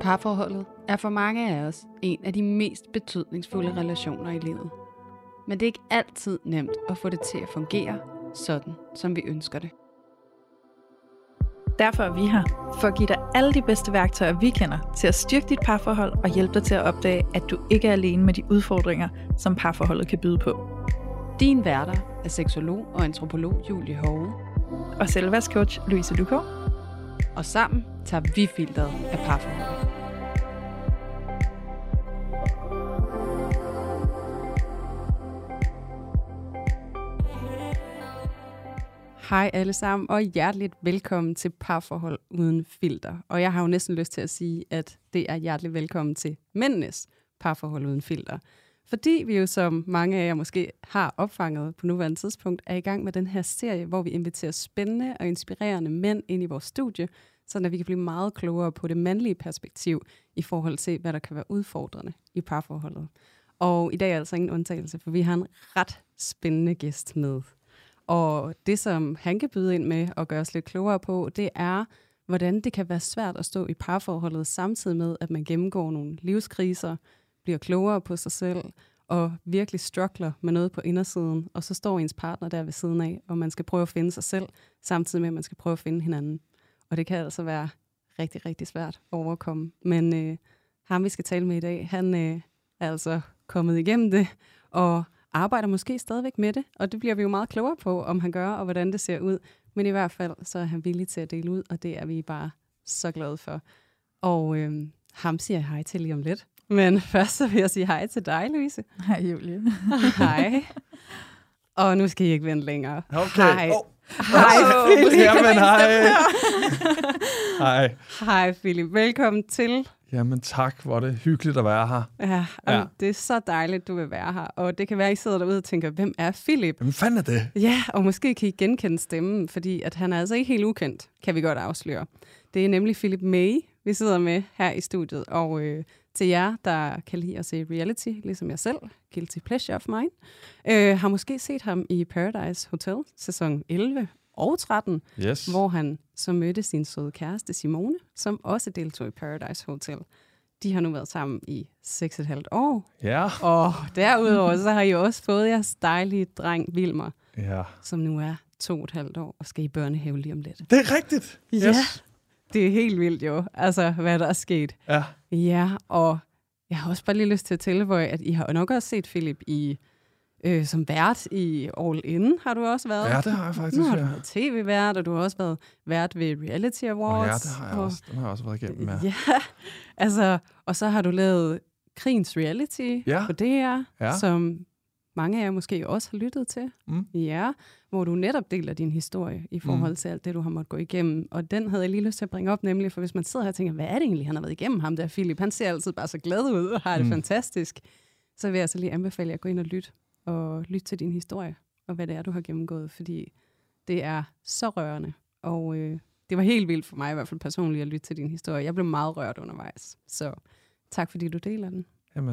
Parforholdet er for mange af os en af de mest betydningsfulde relationer i livet. Men det er ikke altid nemt at få det til at fungere sådan, som vi ønsker det. Derfor er vi her, for at give dig alle de bedste værktøjer, vi kender, til at styrke dit parforhold og hjælpe dig til at opdage, at du ikke er alene med de udfordringer, som parforholdet kan byde på. Din værter er seksolog og antropolog Julie Hove. Og selvværdscoach Louise Lukov. Og sammen tager vi filteret af parforholdet. Hej alle sammen, og hjerteligt velkommen til Parforhold uden filter. Og jeg har jo næsten lyst til at sige, at det er hjerteligt velkommen til mændenes Parforhold uden filter. Fordi vi jo, som mange af jer måske har opfanget på nuværende tidspunkt, er i gang med den her serie, hvor vi inviterer spændende og inspirerende mænd ind i vores studie, så vi kan blive meget klogere på det mandlige perspektiv i forhold til, hvad der kan være udfordrende i parforholdet. Og i dag er altså ingen undtagelse, for vi har en ret spændende gæst med. Og det, som han kan byde ind med og gøre os lidt klogere på, det er, hvordan det kan være svært at stå i parforholdet, samtidig med, at man gennemgår nogle livskriser, bliver klogere på sig selv og virkelig struggler med noget på indersiden, og så står ens partner der ved siden af, og man skal prøve at finde sig selv, samtidig med, at man skal prøve at finde hinanden. Og det kan altså være rigtig, rigtig svært at overkomme. Men ham, vi skal tale med i dag, han er altså kommet igennem det, og arbejder måske stadigvæk med det, og det bliver vi jo meget klogere på, om han gør, og hvordan det ser ud. Men i hvert fald, så er han villig til at dele ud, og det er vi bare så glade for. Og ham siger jeg hej til lige om lidt. Men først så vil jeg sige hej til dig, Louise. Hej, Julie. Hej. Og nu skal I ikke vente længere. Okay. Hej. Hej, Philip. Jamen, hej. Hej. Hej, Philip. Velkommen til. Jamen tak, hvor er det hyggeligt at være her. Ja. Det er så dejligt, du vil være her. Og det kan være, at I sidder derude og tænker, hvem er Philip? Hvem fanden er det? Ja, og måske kan I genkende stemmen, fordi at han er altså ikke helt ukendt, kan vi godt afsløre. Det er nemlig Philip May, vi sidder med her i studiet. Og til jer, der kan lide at se reality, ligesom jeg selv, guilty pleasure of mine, har måske set ham i Paradise Hotel, sæson 11 og 13, yes. Hvor han så mødte sin søde kæreste Simone, som også deltog i Paradise Hotel. De har nu været sammen i 6,5 år. Ja. Og derudover så har I også fået jeres dejlige dreng Vilmer, som nu er 2,5 år og skal i børnehave lige om lidt. Det er rigtigt. Yes. Ja, det er helt vildt jo, altså hvad der er sket. Ja. Ja, og jeg har også bare lige lyst til at tilføje, at I har nok også set Philip i som vært i All In, har du også været. Ja, det har jeg faktisk. Nu har du været tv-vært, og du har også været vært ved Reality Awards. Ja, det har jeg også. Den har jeg også været igennem, ja. Altså, og så har du lavet Krigens Reality på DR, som mange af jer måske også har lyttet til. Ja, hvor du netop deler din historie i forhold til alt det, du har måttet gå igennem. Og den havde jeg lige lyst til at bringe op, nemlig, for hvis man sidder her og tænker, hvad er det egentlig, han har været igennem ham der, Philip? Han ser altid bare så glad ud og har det fantastisk. Så vil jeg altså lige anbefale jer at gå ind og lytte til din historie, og hvad det er, du har gennemgået, fordi det er så rørende. Og det var helt vildt for mig, i hvert fald personligt, at lytte til din historie. Jeg blev meget rørt undervejs, så tak, fordi du deler den.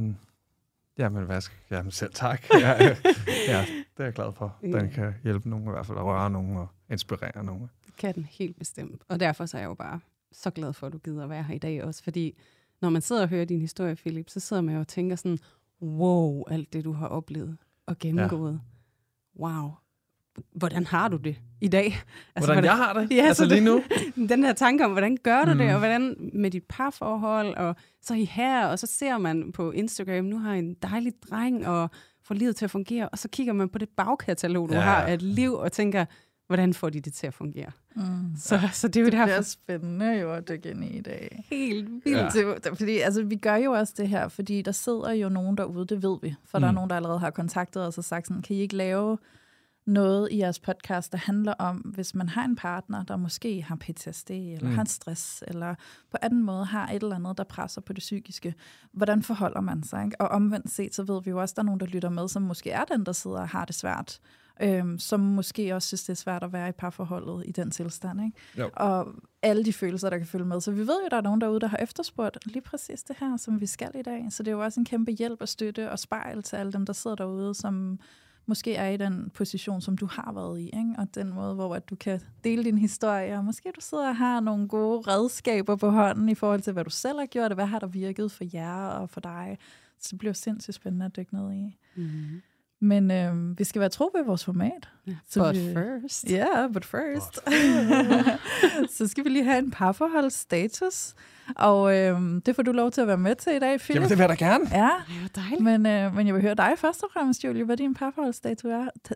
Jamen selv tak. Ja, det er jeg glad for. Den kan hjælpe nogen, i hvert fald at røre nogen og inspirere nogen. Det kan den helt bestemt, og derfor så er jeg jo bare så glad for, at du gider at være her i dag også, fordi når man sidder og hører din historie, Philip, så sidder man jo og tænker sådan, wow, alt det, du har oplevet og gennemgået. Ja. Wow. Hvordan har du det i dag? Altså, hvordan jeg har det? Ja, altså lige nu? Den her tanke om, hvordan gør du det, og hvordan med dit parforhold, og så er I her, og så ser man på Instagram, nu har I en dejlig dreng, og får livet til at fungere, og så kigger man på det bagkatalog, du har af et liv, og tænker, hvordan får de det til at fungere? Så det er jo det er spændende jo at dykke ind i dag. Helt vildt. Ja. Fordi altså, vi gør jo også det her, fordi der sidder jo nogen derude, det ved vi. For der er nogen, der allerede har kontaktet os og sagt sådan, kan I ikke lave noget i jeres podcast, der handler om, hvis man har en partner, der måske har PTSD, eller har stress, eller på anden måde har et eller andet, der presser på det psykiske. Hvordan forholder man sig? Ikke? Og omvendt set, så ved vi jo også, at der er nogen, der lytter med, som måske er den, der sidder og har det svært. Som måske også synes, det er svært at være i parforholdet i den tilstand. Ikke? Og alle de følelser, der kan følge med. Så vi ved jo, at der er nogen derude, der har efterspurgt lige præcis det her, som vi skal i dag. Så det er jo også en kæmpe hjælp og støtte og spejl til alle dem, der sidder derude, som måske er i den position, som du har været i, ikke? Og den måde, hvor at du kan dele din historie, og måske du sidder og har nogle gode redskaber på hånden i forhold til, hvad du selv har gjort, og hvad har der virket for jer og for dig. Så det bliver sindssygt spændende at dykke ned i. Mm-hmm. Men vi skal være tro ved vores format. But first. Ja, but first. Så skal vi lige have en parforholdsstatus. Og det får du lov til at være med til i dag, Philip. Jamen, det vil jeg da gerne. Ja, Det var dejligt. men jeg vil høre dig først og fremmest, Julie, hvad din parforholdsstatus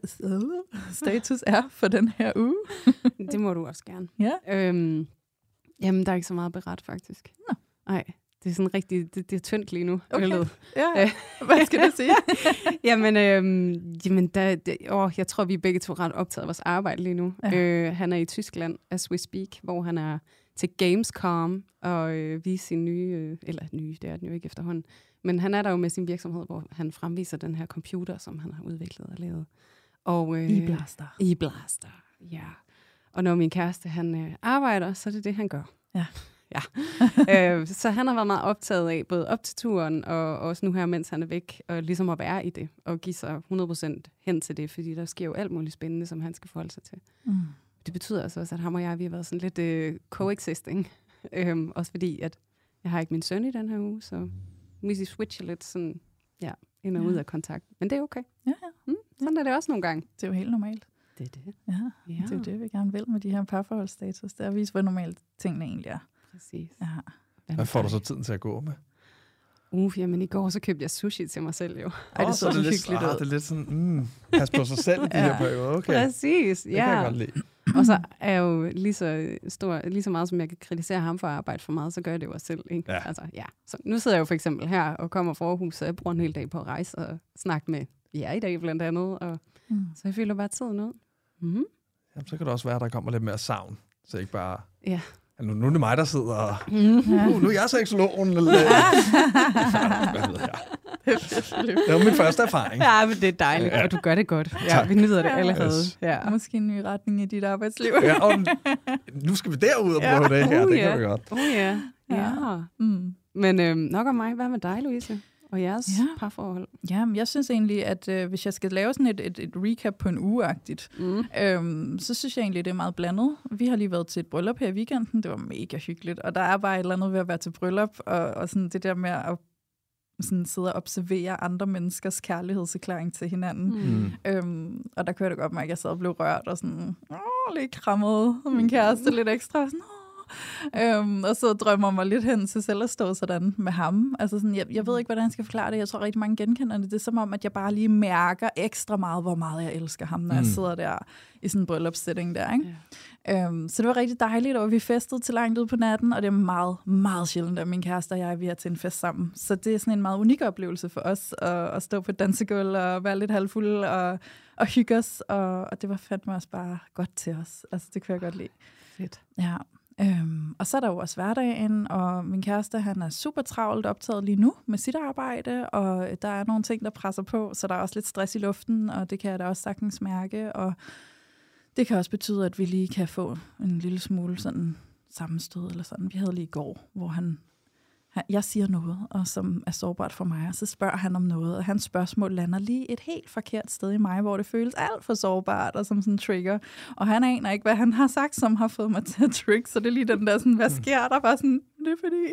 er for den her uge. Det må du også gerne. Ja. Jamen, der er ikke så meget beret, faktisk. Nå. Nej, det er sådan rigtig, det er tyndt lige nu. Okay. Ja. Hvad skal du sige? jamen jeg tror, vi er begge to ret optaget af vores arbejde lige nu. Ja. Han er i Tyskland, as we speak, hvor han er til Gamescom og vise sin nye, det er den jo ikke efterhånden, men han er der jo med sin virksomhed, hvor han fremviser den her computer, som han har udviklet og lavet. Og, E-Blaster, ja. Og når min kæreste, han arbejder, så er det det, han gør. Ja. Ja. Så han har været meget optaget af, både op til turen, og også nu her, mens han er væk, og ligesom at være i det, og give sig 100% hen til det, fordi der sker jo alt muligt spændende, som han skal forholde sig til. Mm. Det betyder altså også, at ham og jeg, vi har været sådan lidt coexisting. Også fordi, at jeg har ikke min søn i den her uge, så vi switcher lidt sådan, ind og ud af kontakt. Men det er okay. Ja. Sådan er det også nogle gange. Det er jo helt normalt. Det er det. Ja, det er jo det, vi gerne vil med de her parforholdsstatus. Det er at vise, hvor normalt tingene egentlig er. Præcis. Ja. Hvad får du så tiden til at gå med? Jamen i går så købte jeg sushi til mig selv jo. Ej, det så hyggeligt ud. Det er lidt sådan, pas på sig selv i de her perioder. Okay. Præcis, Det kan jeg godt lide. Og så er jeg jo lige så meget, som jeg kan kritisere ham for at arbejde for meget, så gør jeg det jo også selv. Ikke? Ja. Altså, ja. Så nu sidder jeg jo for eksempel her og kommer fra Aarhus, så jeg bruger en hel dag på at rejse og snakke med jer i dag blandt andet. Og så jeg føler bare tiden ud. Mm-hmm. Jamen, så kan det også være, at der kommer lidt mere savn. Så ikke bare... Ja. Nu er det mig, der sidder og... Nu er jeg seksologen. Det er jo min første erfaring. Ja, men det er dejligt, og du gør det godt. Ja, vi nyder det allerede. Ja. Måske en ny retning i dit arbejdsliv. Ja, og nu skal vi derud og prøve det her. Det kan vi godt. Ja. Men nok om mig. Hvad med dig, Louise? Og jeres parforhold? Ja, jeg synes egentlig, at hvis jeg skal lave sådan et recap på en uge-agtigt, så synes jeg egentlig, det er meget blandet. Vi har lige været til et bryllup her i weekenden. Det var mega hyggeligt. Og der er bare et eller andet ved at være til bryllup, og sådan det der med at sådan sidde og observere andre menneskers kærlighedserklæring til hinanden. Og der kunne jeg da godt mærke, at jeg sad og blev rørt og sådan, lige krammet min kæreste lidt ekstra. Sådan, og så drømmer mig lidt hen til selv at stå sådan med ham. Altså sådan, jeg ved ikke, hvordan jeg skal forklare det. Jeg tror rigtig mange genkender det. Det er som om, at jeg bare lige mærker ekstra meget, hvor meget jeg elsker ham, når jeg sidder der i sådan en bryllupssætning der, ikke? Så det var rigtig dejligt, og vi festede til langt ud på natten, og det er meget, meget sjældent, at min kæreste og jeg, vi er til en fest sammen. Så det er sådan en meget unik oplevelse for os, at stå på et dansegulv og være lidt halvfulde og hygge os, og det var fandme også bare godt til os. Altså, det kunne jeg godt lide. Fedt. Ja. Og så er der jo også hverdagen, og min kæreste, han er super travlt optaget lige nu med sit arbejde, og der er nogle ting, der presser på, så der er også lidt stress i luften, og det kan jeg da også sagtens mærke, og det kan også betyde, at vi lige kan få en lille smule sådan sammenstød eller sådan. Vi havde lige i går, hvor jeg siger noget, og som er sårbart for mig, og så spørger han om noget, og hans spørgsmål lander lige et helt forkert sted i mig, hvor det føles alt for sårbart, og som sådan en trigger. Og han aner ikke, hvad han har sagt, som har fået mig til at trigge, så det er lige den der sådan, hvad sker der? Bare sådan, det er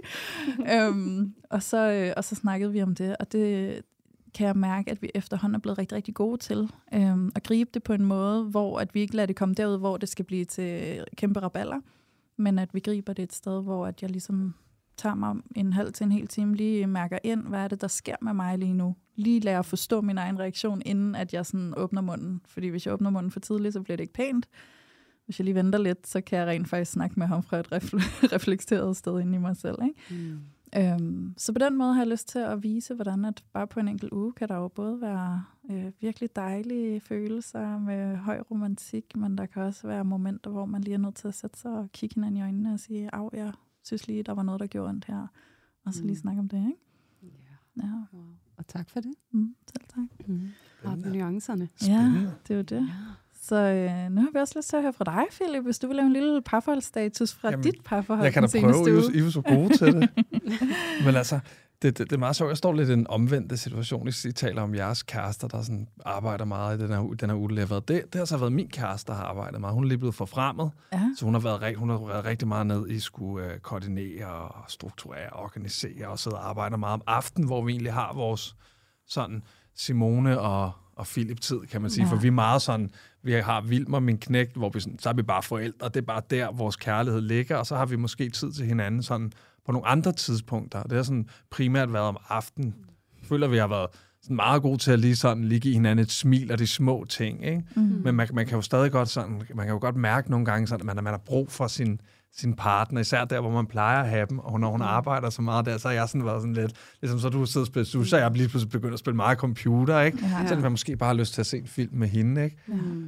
fordi. Og så snakkede vi om det, og det kan jeg mærke, at vi efterhånden er blevet rigtig, rigtig gode til at gribe det på en måde, hvor at vi ikke lader det komme derud, hvor det skal blive til kæmpe raballer, men at vi griber det et sted, hvor at jeg ligesom tager mig en halv til en hel time, lige mærker ind, hvad er det, der sker med mig lige nu. Lige lærer at forstå min egen reaktion, inden at jeg sådan åbner munden. Fordi hvis jeg åbner munden for tidligt, så bliver det ikke pænt. Hvis jeg lige venter lidt, så kan jeg rent faktisk snakke med ham fra et reflekteret sted inde i mig selv. Ikke? Så på den måde har jeg lyst til at vise, hvordan at bare på en enkelt uge kan der jo både være virkelig dejlige følelser med høj romantik, men der kan også være momenter, hvor man lige er nødt til at sætte sig og kigge hinanden i øjnene og sige, jeg synes lige, der var noget, der gjorde ondt her. Og så lige snakke om det, ikke? Ja. Wow. Og tak for det. Selv tak. Og nuancerne. Ja, det er jo det. Ja. Så nu har vi også lyst til at høre fra dig, Philip, hvis du vil lave en lille parforholdsstatus fra dit parforhold. Jeg kan da prøve, I er så gode til det. Men altså, Det er meget sjovt. Jeg står lidt i en omvendte situation. I taler om jeres kærester, der sådan arbejder meget i den her uge, det har så været min kæreste, der har arbejdet meget. Hun er lige blevet forfremmet, så hun har været rigtig meget ned i skulle koordinere og strukturere, organisere og sidde og arbejde meget om aftenen, hvor vi egentlig har vores sådan Simone og Philip-tid, kan man sige. For vi er meget sådan, vi har Vilmer, min knægt, hvor så er vi bare forældre, det er bare der, vores kærlighed ligger, og så har vi måske tid til hinanden sådan på nogle andre tidspunkter. Det har sådan primært været om aftenen. Jeg føler, vi har været sådan meget gode til at lige give hinanden et smil og de små ting, ikke? Men man kan jo stadig godt sådan, man kan jo godt mærke nogle gange sådan, at man har brug for sin partner, især der, hvor man plejer at have dem, og når hun arbejder så meget der, så har jeg sådan været sådan lidt, ligesom så du sidder og spiller sushi, så jeg lige pludselig begyndt at spille meget computer, ikke? Ja. Så man måske bare har lyst til at se en film med hende, ikke?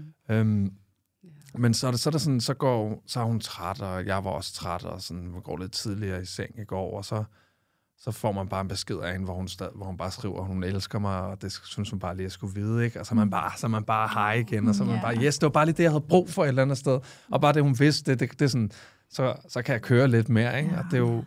Men så er hun træt, og jeg var også træt, og sådan, vi går lidt tidligere i seng i går, og så får man bare en besked af hende, hvor hun bare skriver, at hun elsker mig, og det synes hun bare lige, at jeg skulle vide, ikke? Og så er man bare hej igen, og så er man bare, yes, det var bare lige det, jeg havde brug for et eller andet sted. Og bare det, hun vidste, det er sådan, så kan jeg køre lidt mere, ikke? Og det er jo,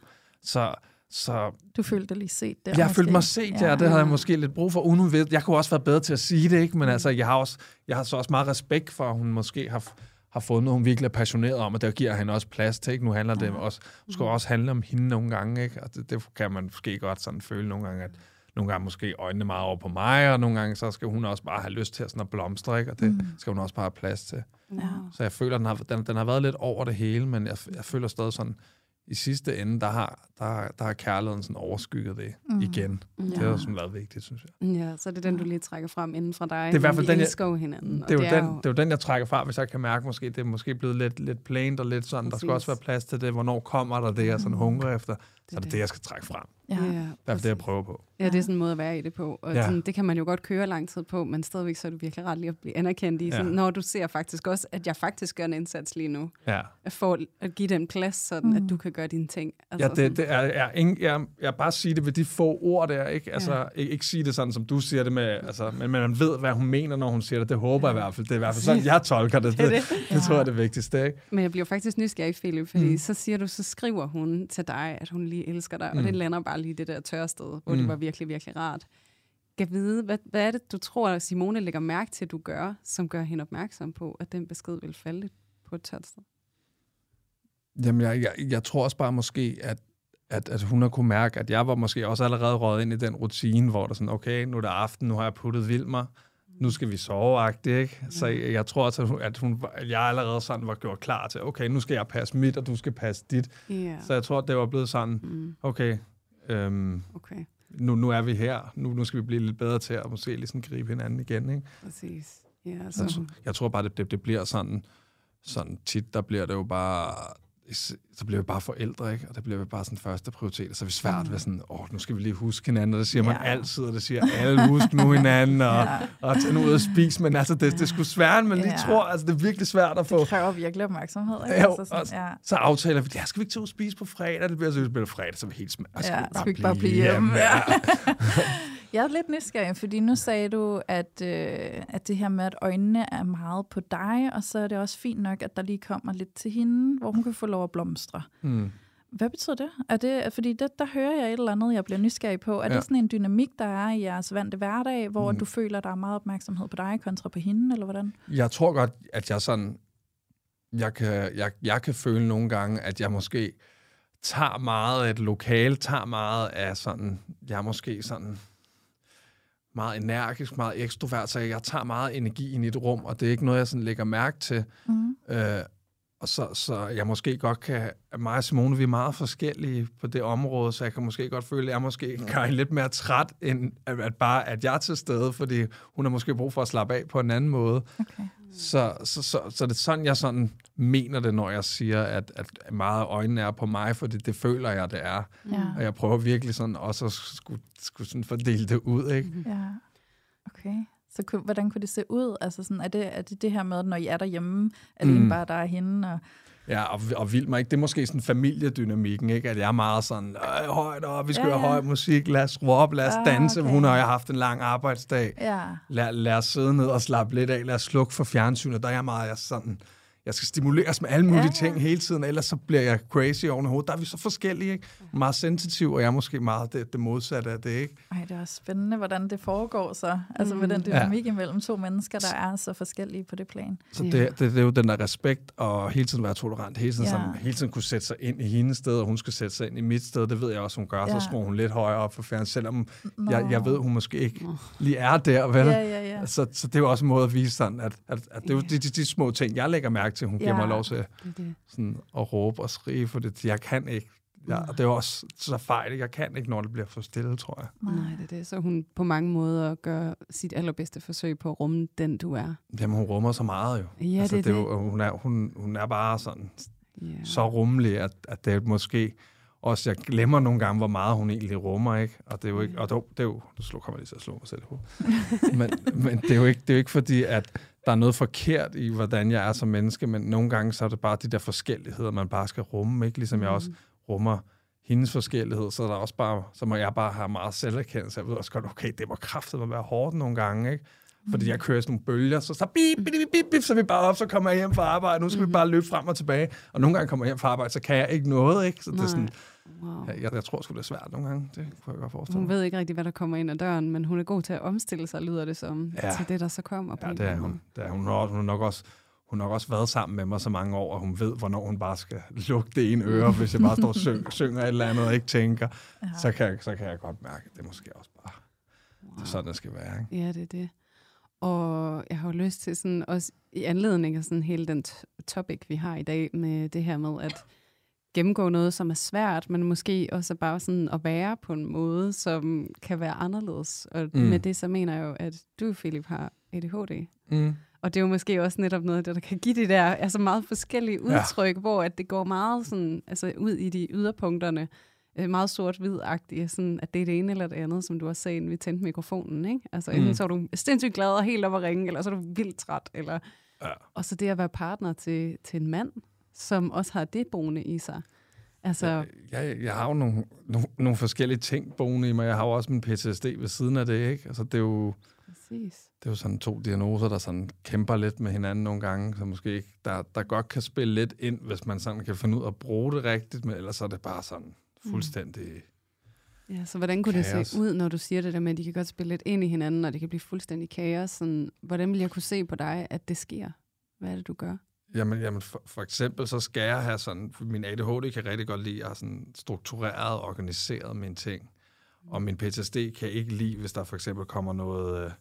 så du følte dig lige set der? Jeg følte mig set der, det havde jeg måske lidt brug for, uden hun ved. Jeg kunne også være bedre til at sige det, ikke? Men altså, jeg har så også meget respekt for, at hun måske har fået noget, hun virkelig er passioneret om, og der giver hende også plads til, ikke? Nu handler det også, det skal også handle om hende nogle gange, ikke? Og det kan man måske godt sådan føle nogle gange, at nogle gange måske øjnene meget over på mig, og nogle gange så skal hun også bare have lyst til at sådan at blomstre, ikke? Og det skal hun også bare have plads til. Ja. Så jeg føler, den har været lidt over det hele, men jeg føler stadig sådan, i sidste ende, der har kærligheden sådan overskygget det igen. Det har sådan været vigtigt, synes jeg. Ja, så det er den, du lige trækker frem inden fra dig. Det er i hvert fald den, elsker hinanden. Det er jo den, jeg trækker frem, hvis jeg kan mærke, måske det er måske blevet lidt plain og lidt sådan. Præcis. Der skal også være plads til det. Hvornår kommer der det, jeg sådan hungrer efter? Så er det, jeg skal trække frem. Ja. Det er i hvert fald det, jeg prøver på. Ja, det er sådan en måde at være i det på. Og sådan, det kan man jo godt køre lang tid på, men stadigvæk så er det virkelig ret lige at blive anerkendt i. Sådan, når du ser faktisk også, at jeg faktisk gør en indsats lige nu. Ja. For at give den plads, sådan at du kan gøre dine ting. Altså, det er jeg bare sige det ved de få ord der, ikke? Altså, ikke sige det sådan, som du siger det med, altså, men man ved, hvad hun mener, når hun siger det. Det håber jeg i hvert fald. Det er i hvert fald sådan, jeg tolker det. Det tror jeg er det vigtigste, ikke? Men jeg bliver faktisk nysgerrig, Philip, fordi så skriver hun til dig, at hun lige elsker dig, og det lander bare lige det der tørsted, hvor det var virkelig, virkelig rart. Kan vide, hvad er det, du tror, at Simone lægger mærke til, at du gør, som gør hende opmærksom på, at den besked vil falde på et tørsted? Jamen, jeg tror også bare måske, at hun har kunne mærke, at jeg var måske også allerede røget ind i den rutine, hvor der sådan, okay, nu er det aften, nu har jeg puttet Vilmer, nu skal vi sove-agtigt, ikke? Så jeg tror også, at jeg allerede sådan var gjort klar til, okay, nu skal jeg passe mit, og du skal passe dit. Yeah. Så jeg tror, at det var blevet sådan, okay. Nu er vi her. Nu skal vi blive lidt bedre til at måske ligesom gribe hinanden igen, ikke? Præcis. Ja, jeg tror bare, det bliver sådan tit, der bliver det jo bare, så bliver vi bare forældre, ikke? Og det bliver bare sådan første prioritet, og så er vi svært ved sådan, nu skal vi lige huske hinanden, og det siger man altid, og det siger alle, husk nu hinanden, og tage nu ud og spise, men altså, det er sgu svært, men lige tror, altså, det er virkelig svært at få. Det kræver virkelig opmærksomhed, ikke? Jo, altså sådan, så aftaler vi, skal vi ikke tage ud og spise på fredag? Det bliver så spille fredag, så er vi helt smager. Skal vi ikke bare blive hjemme? Jeg er lidt nysgerrig, fordi nu sagde du, at det her med, at øjnene er meget på dig, og så er det også fint nok, at der lige kommer lidt til hende, hvor hun kan få lov at blomstre. Hvad betyder det? Er det fordi der hører jeg et eller andet, jeg bliver nysgerrig på. Er det sådan en dynamik, der er i jeres vante hverdag, hvor du føler, der er meget opmærksomhed på dig kontra på hende, eller hvordan? Jeg tror godt, at jeg sådan... Jeg kan føle nogle gange, at jeg måske tager meget af et lokale, tager meget af sådan... Jeg er måske sådan... meget energisk, meget ekstrovert, så jeg tager meget energi ind i et rum, og det er ikke noget, jeg sådan lægger mærke til. Og så jeg måske godt kan... Mig og Simone, vi er meget forskellige på det område, så jeg kan måske godt føle, at jeg måske kan lidt mere træt, end at jeg er til stede, fordi hun har måske brug for at slappe af på en anden måde. Okay. Så det er sådan, jeg sådan mener det, når jeg siger, at meget af øjnene er på mig, for det føler jeg, det er. Ja. Og jeg prøver virkelig sådan også at skulle sådan fordele det ud, ikke? Ja, okay. Så hvordan kunne det se ud? Altså sådan, er det her med, når I er derhjemme, er det bare der er hende? Og... Ja, og vildt mig ikke. Det er måske sådan familiedynamikken, ikke? At jeg er meget sådan, højt op, vi skal høre høj musik, lad os skrue op, lad os danse. Okay. Hun og jeg har haft en lang arbejdsdag. Ja. Lad os sidde ned og slappe lidt af, lad os slukke for fjernsynet. Der er jeg meget, jeg skal stimuleres med alle mulige ting hele tiden, ellers så bliver jeg crazy oven i hovedet. Der er vi så forskellige, ikke? Meget sensitiv, og jeg er måske meget det modsatte af det, ikke? Ej, det er også spændende, hvordan det foregår så. Altså med den dynamik imellem to mennesker, der er så forskellige på det plan. Så det er jo den der respekt, og hele tiden være tolerant, hele tiden kunne sætte sig ind i hendes sted, og hun skal sætte sig ind i mit sted. Det ved jeg også, hun gør. Så skruer hun lidt højere op for fjernsyn, selvom jeg ved, hun måske ikke lige er der, vel? Ja. Så det er jo også en måde at vise sådan, at det er jo de små ting, jeg lægger mærke til, hun giver mig lov til sådan, at råbe og skrige, for det. Jeg kan ikke. Og det er også så fejl. Jeg kan ikke, når det bliver for stille, tror jeg. Nej, det er det. Så hun på mange måder gør sit allerbedste forsøg på at rumme den, du er. Jamen, hun rummer så meget jo. Ja, altså, det er jo, hun er bare sådan så rummelig, at det måske også, jeg glemmer nogle gange, hvor meget hun egentlig rummer, ikke? Og det er jo ikke, og det er jo, nu kommer jeg lige til at slå mig selv på. men det er jo ikke fordi, at der er noget forkert i, hvordan jeg er som menneske, men nogle gange så er det bare de der forskelligheder, man bare skal rumme, ikke? Ligesom jeg også rummer hendes forskellighed, så må jeg bare have meget selverkendelse. Jeg ved også godt, okay, det må kraftedeme være hårdt nogle gange, ikke? Fordi jeg kører sådan nogle bølger, så bip, så er vi bare op, så kommer jeg hjem fra arbejde, nu skal vi bare løbe frem og tilbage. Og nogle gange kommer jeg hjem fra arbejde, så kan jeg ikke noget, ikke? Så det er sådan, jeg tror sgu, det er svært nogle gange, det kunne jeg godt forestille mig. Hun ved ikke rigtig, hvad der kommer ind ad døren, men hun er god til at omstille sig, lyder det som, til det, der så kommer. Ja, det er hun. Hun har nok også været sammen med mig så mange år, og hun ved, hvornår hun bare skal lukke det ene øre, hvis jeg bare står og synger et eller andet og ikke tænker. Så kan jeg godt mærke, at det måske også bare det er sådan, det skal være. Ikke? Ja, det er det. Og jeg har jo lyst til sådan, også i anledning af sådan hele den topic, vi har i dag, med det her med at gennemgå noget, som er svært, men måske også bare sådan at være på en måde, som kan være anderledes. Og med det, så mener jeg jo, at du, Philip, har ADHD. Og det er jo måske også netop noget af det, der kan give de der altså meget forskellige udtryk, hvor at det går meget sådan, altså ud i de yderpunkterne, meget sort-hvid-agtige, sådan, at det er det ene eller det andet, som du også sagde, inden vi tændte mikrofonen, ikke? Altså enten så er du sindssygt glad og helt op at ringe, eller så er du vildt træt, eller... Og så det at være partner til en mand, som også har det boende i sig. Altså... Jeg har jo nogle forskellige ting boende i mig. Jeg har jo også min PTSD ved siden af det, ikke? Altså det er jo... Præcis. Det er jo sådan 2 diagnoser, der sådan kæmper lidt med hinanden nogle gange, så måske ikke, der godt kan spille lidt ind, hvis man sådan kan finde ud af at bruge det rigtigt, men ellers er det bare sådan fuldstændig Ja, så hvordan kunne kaos. Det se ud, når du siger det der med, at de kan godt spille lidt ind i hinanden, og det kan blive fuldstændig kaos? Sådan, hvordan vil jeg kunne se på dig, at det sker? Hvad er det, du gør? Jamen for eksempel, så skal jeg have sådan, min ADHD kan rigtig godt lide at have sådan struktureret og organiseret mine ting. Og min PTSD kan ikke lide, hvis der for eksempel kommer noget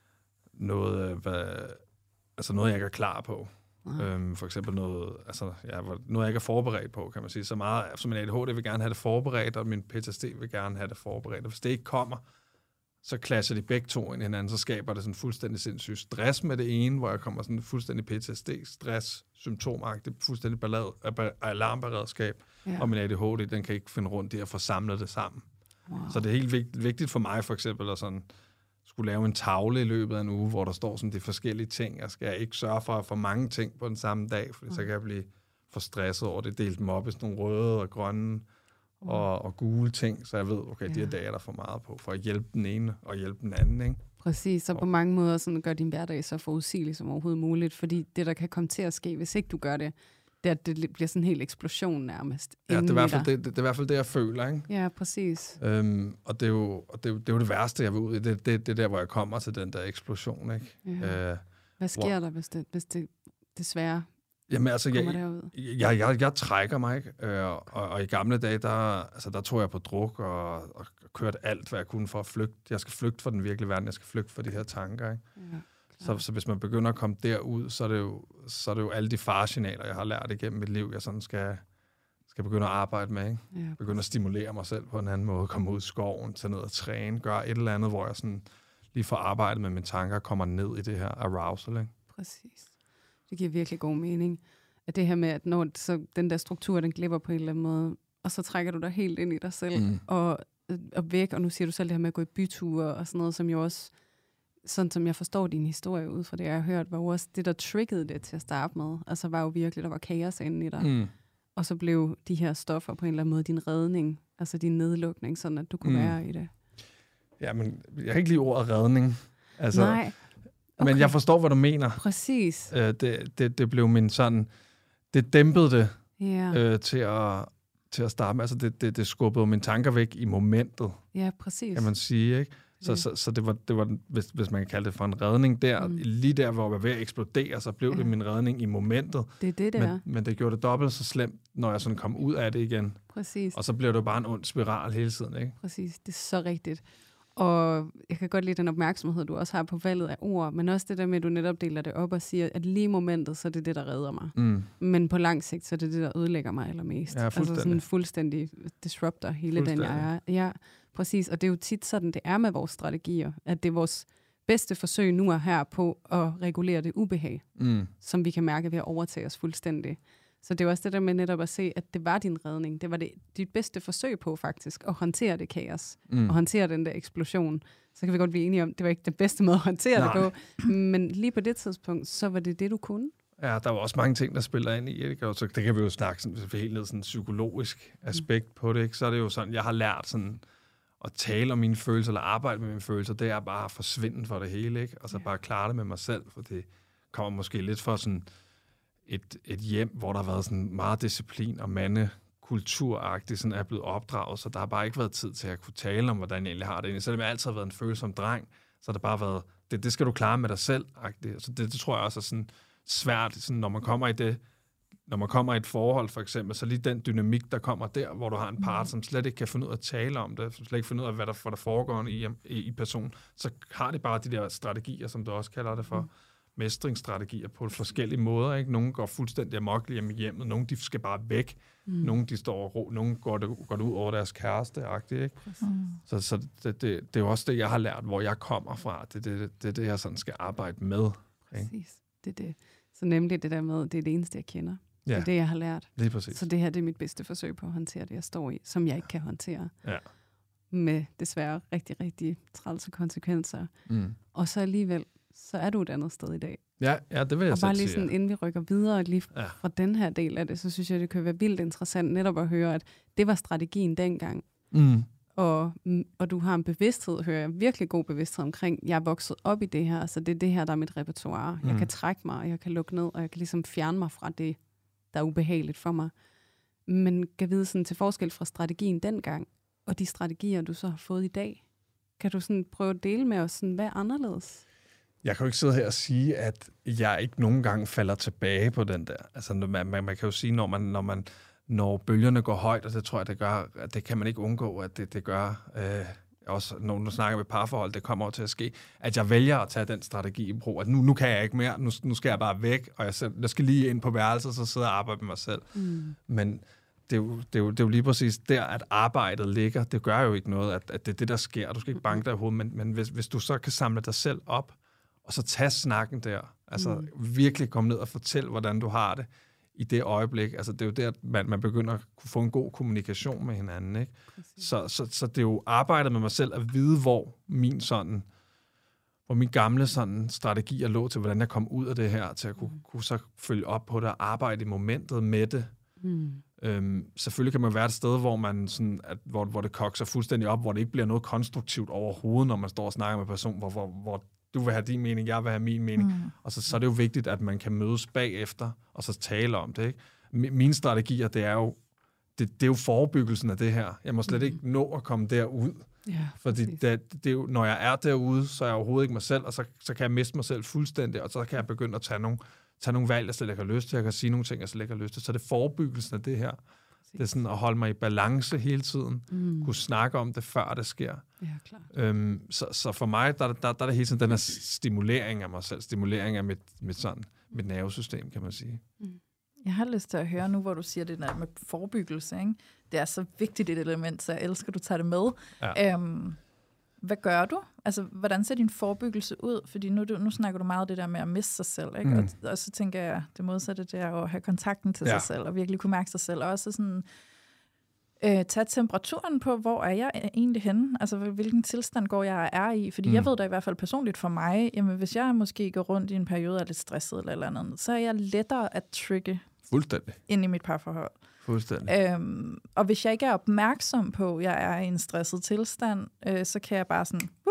jeg ikke er klar på. For eksempel noget jeg ikke er forberedt på, kan man sige. Så meget, så min ADHD vil gerne have det forberedt, og min PTSD vil gerne have det forberedt. Og hvis det ikke kommer, så clasher de begge to ind i hinanden, så skaber det sådan fuldstændig sindssygt stress med det ene, hvor jeg kommer sådan fuldstændig PTSD, stress, symptomagtigt, fuldstændig alarmberedskab, og min ADHD, den kan ikke finde rundt i at få samlet det sammen. Wow. Så det er helt vigtigt for mig for eksempel at sådan skulle lave en tavle i løbet af en uge, hvor der står sådan de forskellige ting. Jeg skal ikke sørge for at få mange ting på den samme dag, for så kan jeg blive for stresset over det. Delt dem op i sådan nogle røde og grønne og gule ting, så jeg ved, okay, de her dage er der for meget på, for at hjælpe den ene og hjælpe den anden, ikke? Præcis, så på mange måder sådan gør din hverdag så forudsigelig som overhovedet muligt, fordi det, der kan komme til at ske, hvis ikke du gør det, det er, at det bliver sådan en hel eksplosion nærmest. Ja, det er i hvert fald det, jeg føler, ikke? Ja, præcis. Og det er jo det værste, jeg vil ud i. Det er der, hvor jeg kommer til den der eksplosion, ikke? Ja. Hvad sker der, hvis det desværre kommer derud? Jeg trækker mig, ikke? Og i gamle dage, der tog jeg på druk og kørte alt, hvad jeg kunne for at flygte. Jeg skal flygte fra den virkelige verden, jeg skal flygte fra de her tanker, ikke? Ja. Så hvis man begynder at komme derud, så er det jo alle de faresignaler, jeg har lært igennem mit liv, jeg sådan skal begynde at arbejde med, ikke? Ja. Begynde at stimulere mig selv på en anden måde, komme ud i skoven, tage ned og træne, gøre et eller andet, hvor jeg sådan lige får arbejdet med mine tanker, kommer ned i det her arousal, ikke? Præcis. Det giver virkelig god mening. At det her med, at når så den der struktur, den glipper på en eller anden måde, og så trækker du dig helt ind i dig selv, og væk, og nu siger du selv det her med at gå i byture og sådan noget, som jo også sådan som jeg forstår din historie ud fra det, jeg har hørt, var jo også det, der triggede det til at starte med. Altså var jo virkelig, der var kaos inde i dig. Og så blev de her stoffer på en eller anden måde din redning, altså din nedlukning, sådan at du kunne være i det. Ja, men jeg kan ikke lide ordet redning. Altså, nej. Men jeg forstår, hvad du mener. Præcis. Det blev min sådan... Det dæmpede det til at starte med. Altså, det skubbede mine tanker væk i momentet. Ja, præcis. Kan man sige, ikke? Så det var hvis man kan kalde det for en redning der, lige der, hvor jeg var ved at eksplodere, så blev det min redning i momentet. Det er. Men det gjorde det dobbelt så slemt, når jeg sådan kom ud af det igen. Præcis. Og så blev det bare en ond spiral hele tiden, ikke? Præcis, det er så rigtigt. Og jeg kan godt lide den opmærksomhed, du også har på valget af ord, men også det der med, at du netop deler det op og siger, at lige i momentet, så er det det, der redder mig. Men på lang sigt, så er det det, der ødelægger mig allermest. Ja, altså sådan fuldstændig disrupter hele den, jeg er. Ja, præcis. Og det er jo tit sådan, det er med vores strategier, at det er vores bedste forsøg nu og her på at regulere det ubehag, som vi kan mærke ved at overtage os fuldstændig. Så det er også det der med netop at se, at det var din redning. Det var dit bedste forsøg på faktisk at håndtere det kaos. Og håndtere den der eksplosion. Så kan vi godt blive enige om, at det var ikke det bedste måde at håndtere det på. Men lige på det tidspunkt, så var det du kunne. Ja, der var også mange ting, der spiller ind i. Ikke? Så det kan vi jo snakke sådan, helt ned sådan en psykologisk aspekt på det. Ikke? Så er det jo sådan, jeg har lært sådan at tale om mine følelser, eller arbejde med mine følelser. Det er bare at forsvinde for det hele. Ikke? Og så bare klare det med mig selv. For det kommer måske lidt for sådan... Et hjem, hvor der har været sådan meget disciplin og mandekulturagtigt, sådan er blevet opdraget, så der har bare ikke været tid til at kunne tale om, hvordan jeg egentlig har det. Selvom jeg altid har været en følsom dreng, så har det bare været, det skal du klare med dig selv-agtigt. Så det tror jeg også er sådan svært, sådan, når man kommer i et forhold for eksempel, så lige den dynamik, der kommer der, hvor du har en part, som slet ikke kan finde ud af at tale om det, som slet ikke finde ud af, hvad der foregår i personen, så har det bare de der strategier, som du også kalder det for, mestringsstrategier på forskellige måder. Ikke? Nogle går fuldstændig amok hjemme i hjemmet, nogle de skal bare væk, nogle de står og ro, nogle går det ud over deres kæreste-agtigt. Ikke? Så det er jo også det, jeg har lært, hvor jeg kommer fra. Det er det, jeg sådan skal arbejde med. Ikke? Præcis, det er det. Så nemlig det der med, det er det eneste, jeg kender. Ja. Det er det, jeg har lært. Lige præcis. Så det her, det er mit bedste forsøg på at håndtere det, jeg står i, som jeg ikke kan håndtere. Ja. Med desværre rigtig, rigtig trælse konsekvenser. Og så alligevel, så er du et andet sted i dag. Ja, det vil jeg og selv bare lige sige, sådan, inden vi rykker videre lige fra den her del af det, så synes jeg, det kan være vildt interessant netop at høre, at det var strategien dengang. Og du har en bevidsthed, hører jeg, virkelig god bevidsthed omkring, jeg er vokset op i det her, så det er det her, der er mit repertoire. Jeg kan trække mig, og jeg kan lukke ned, og jeg kan ligesom fjerne mig fra det, der er ubehageligt for mig. Men kan vide sådan til forskel fra strategien dengang, og de strategier, du så har fået i dag, kan du sådan prøve at dele med os, sådan, hvad er anderledes? Jeg kan jo ikke sidde her og sige, at jeg ikke nogen gange falder tilbage på den der. Altså, man kan jo sige, når bølgerne går højt, og det tror jeg, det gør, at det kan man ikke undgå, at det gør, også når du snakker med parforhold, det kommer over til at ske, at jeg vælger at tage den strategi i brug, at nu kan jeg ikke mere, nu skal jeg bare væk, og jeg skal lige ind på værelset, så sidder jeg og arbejder med mig selv. Men det er jo lige præcis der, at arbejdet ligger. Det gør jo ikke noget, at det er det, der sker. Du skal ikke banke dig i hovedet, men hvis du så kan samle dig selv op, og så tage snakken der. Altså virkelig komme ned og fortælle, hvordan du har det i det øjeblik. Altså det er jo der, at man begynder at kunne få en god kommunikation med hinanden. Ikke? Så det er jo arbejdet med mig selv at vide, hvor mine gamle sådan strategier lå til, hvordan jeg kom ud af det her, til at kunne så følge op på det og arbejde i momentet med det. Selvfølgelig kan man være et sted, hvor man sådan, hvor det kokser fuldstændig op, hvor det ikke bliver noget konstruktivt overhovedet, når man står og snakker med en person, hvor du vil have din mening, jeg vil have min mening. Og så er det jo vigtigt, at man kan mødes bagefter, og så tale om det. Ikke? Mine strategier, det er jo forebyggelsen af det her. Jeg må slet ikke nå at komme derud. Ja, fordi det er jo, når jeg er derude, så er jeg overhovedet ikke mig selv, og så kan jeg miste mig selv fuldstændig, og så kan jeg begynde at tage nogle valg, jeg slet ikke har lyst til. Jeg kan sige nogle ting, jeg slet ikke har lyst til. Så det er forebyggelsen af det her. Det er sådan at holde mig i balance hele tiden. Kunne snakke om det, før det sker. Ja, klart. Så for mig, der er det hele tiden den her stimulering af mig selv. Stimulering af mit nervesystem, kan man sige. Jeg har lyst til at høre nu, hvor du siger det der med forebyggelse. Ikke? Det er så vigtigt et element, så jeg elsker, at du tager det med. Ja. Hvad gør du? Altså, hvordan ser din forebyggelse ud? Fordi nu snakker du meget om det der med at miste sig selv, ikke? Og så tænker jeg, det modsatte, det er at have kontakten til sig selv, og virkelig kunne mærke sig selv. Og også sådan, tage temperaturen på, hvor er jeg egentlig henne? Altså, hvilken tilstand går jeg er i? Fordi jeg ved da i hvert fald personligt for mig, jamen, hvis jeg måske går rundt i en periode og er lidt stresset eller andet, så er jeg lettere at trigge ind i mit parforhold. Fuldstændig. Og hvis jeg ikke er opmærksom på, at jeg er i en stresset tilstand, så kan jeg bare sådan,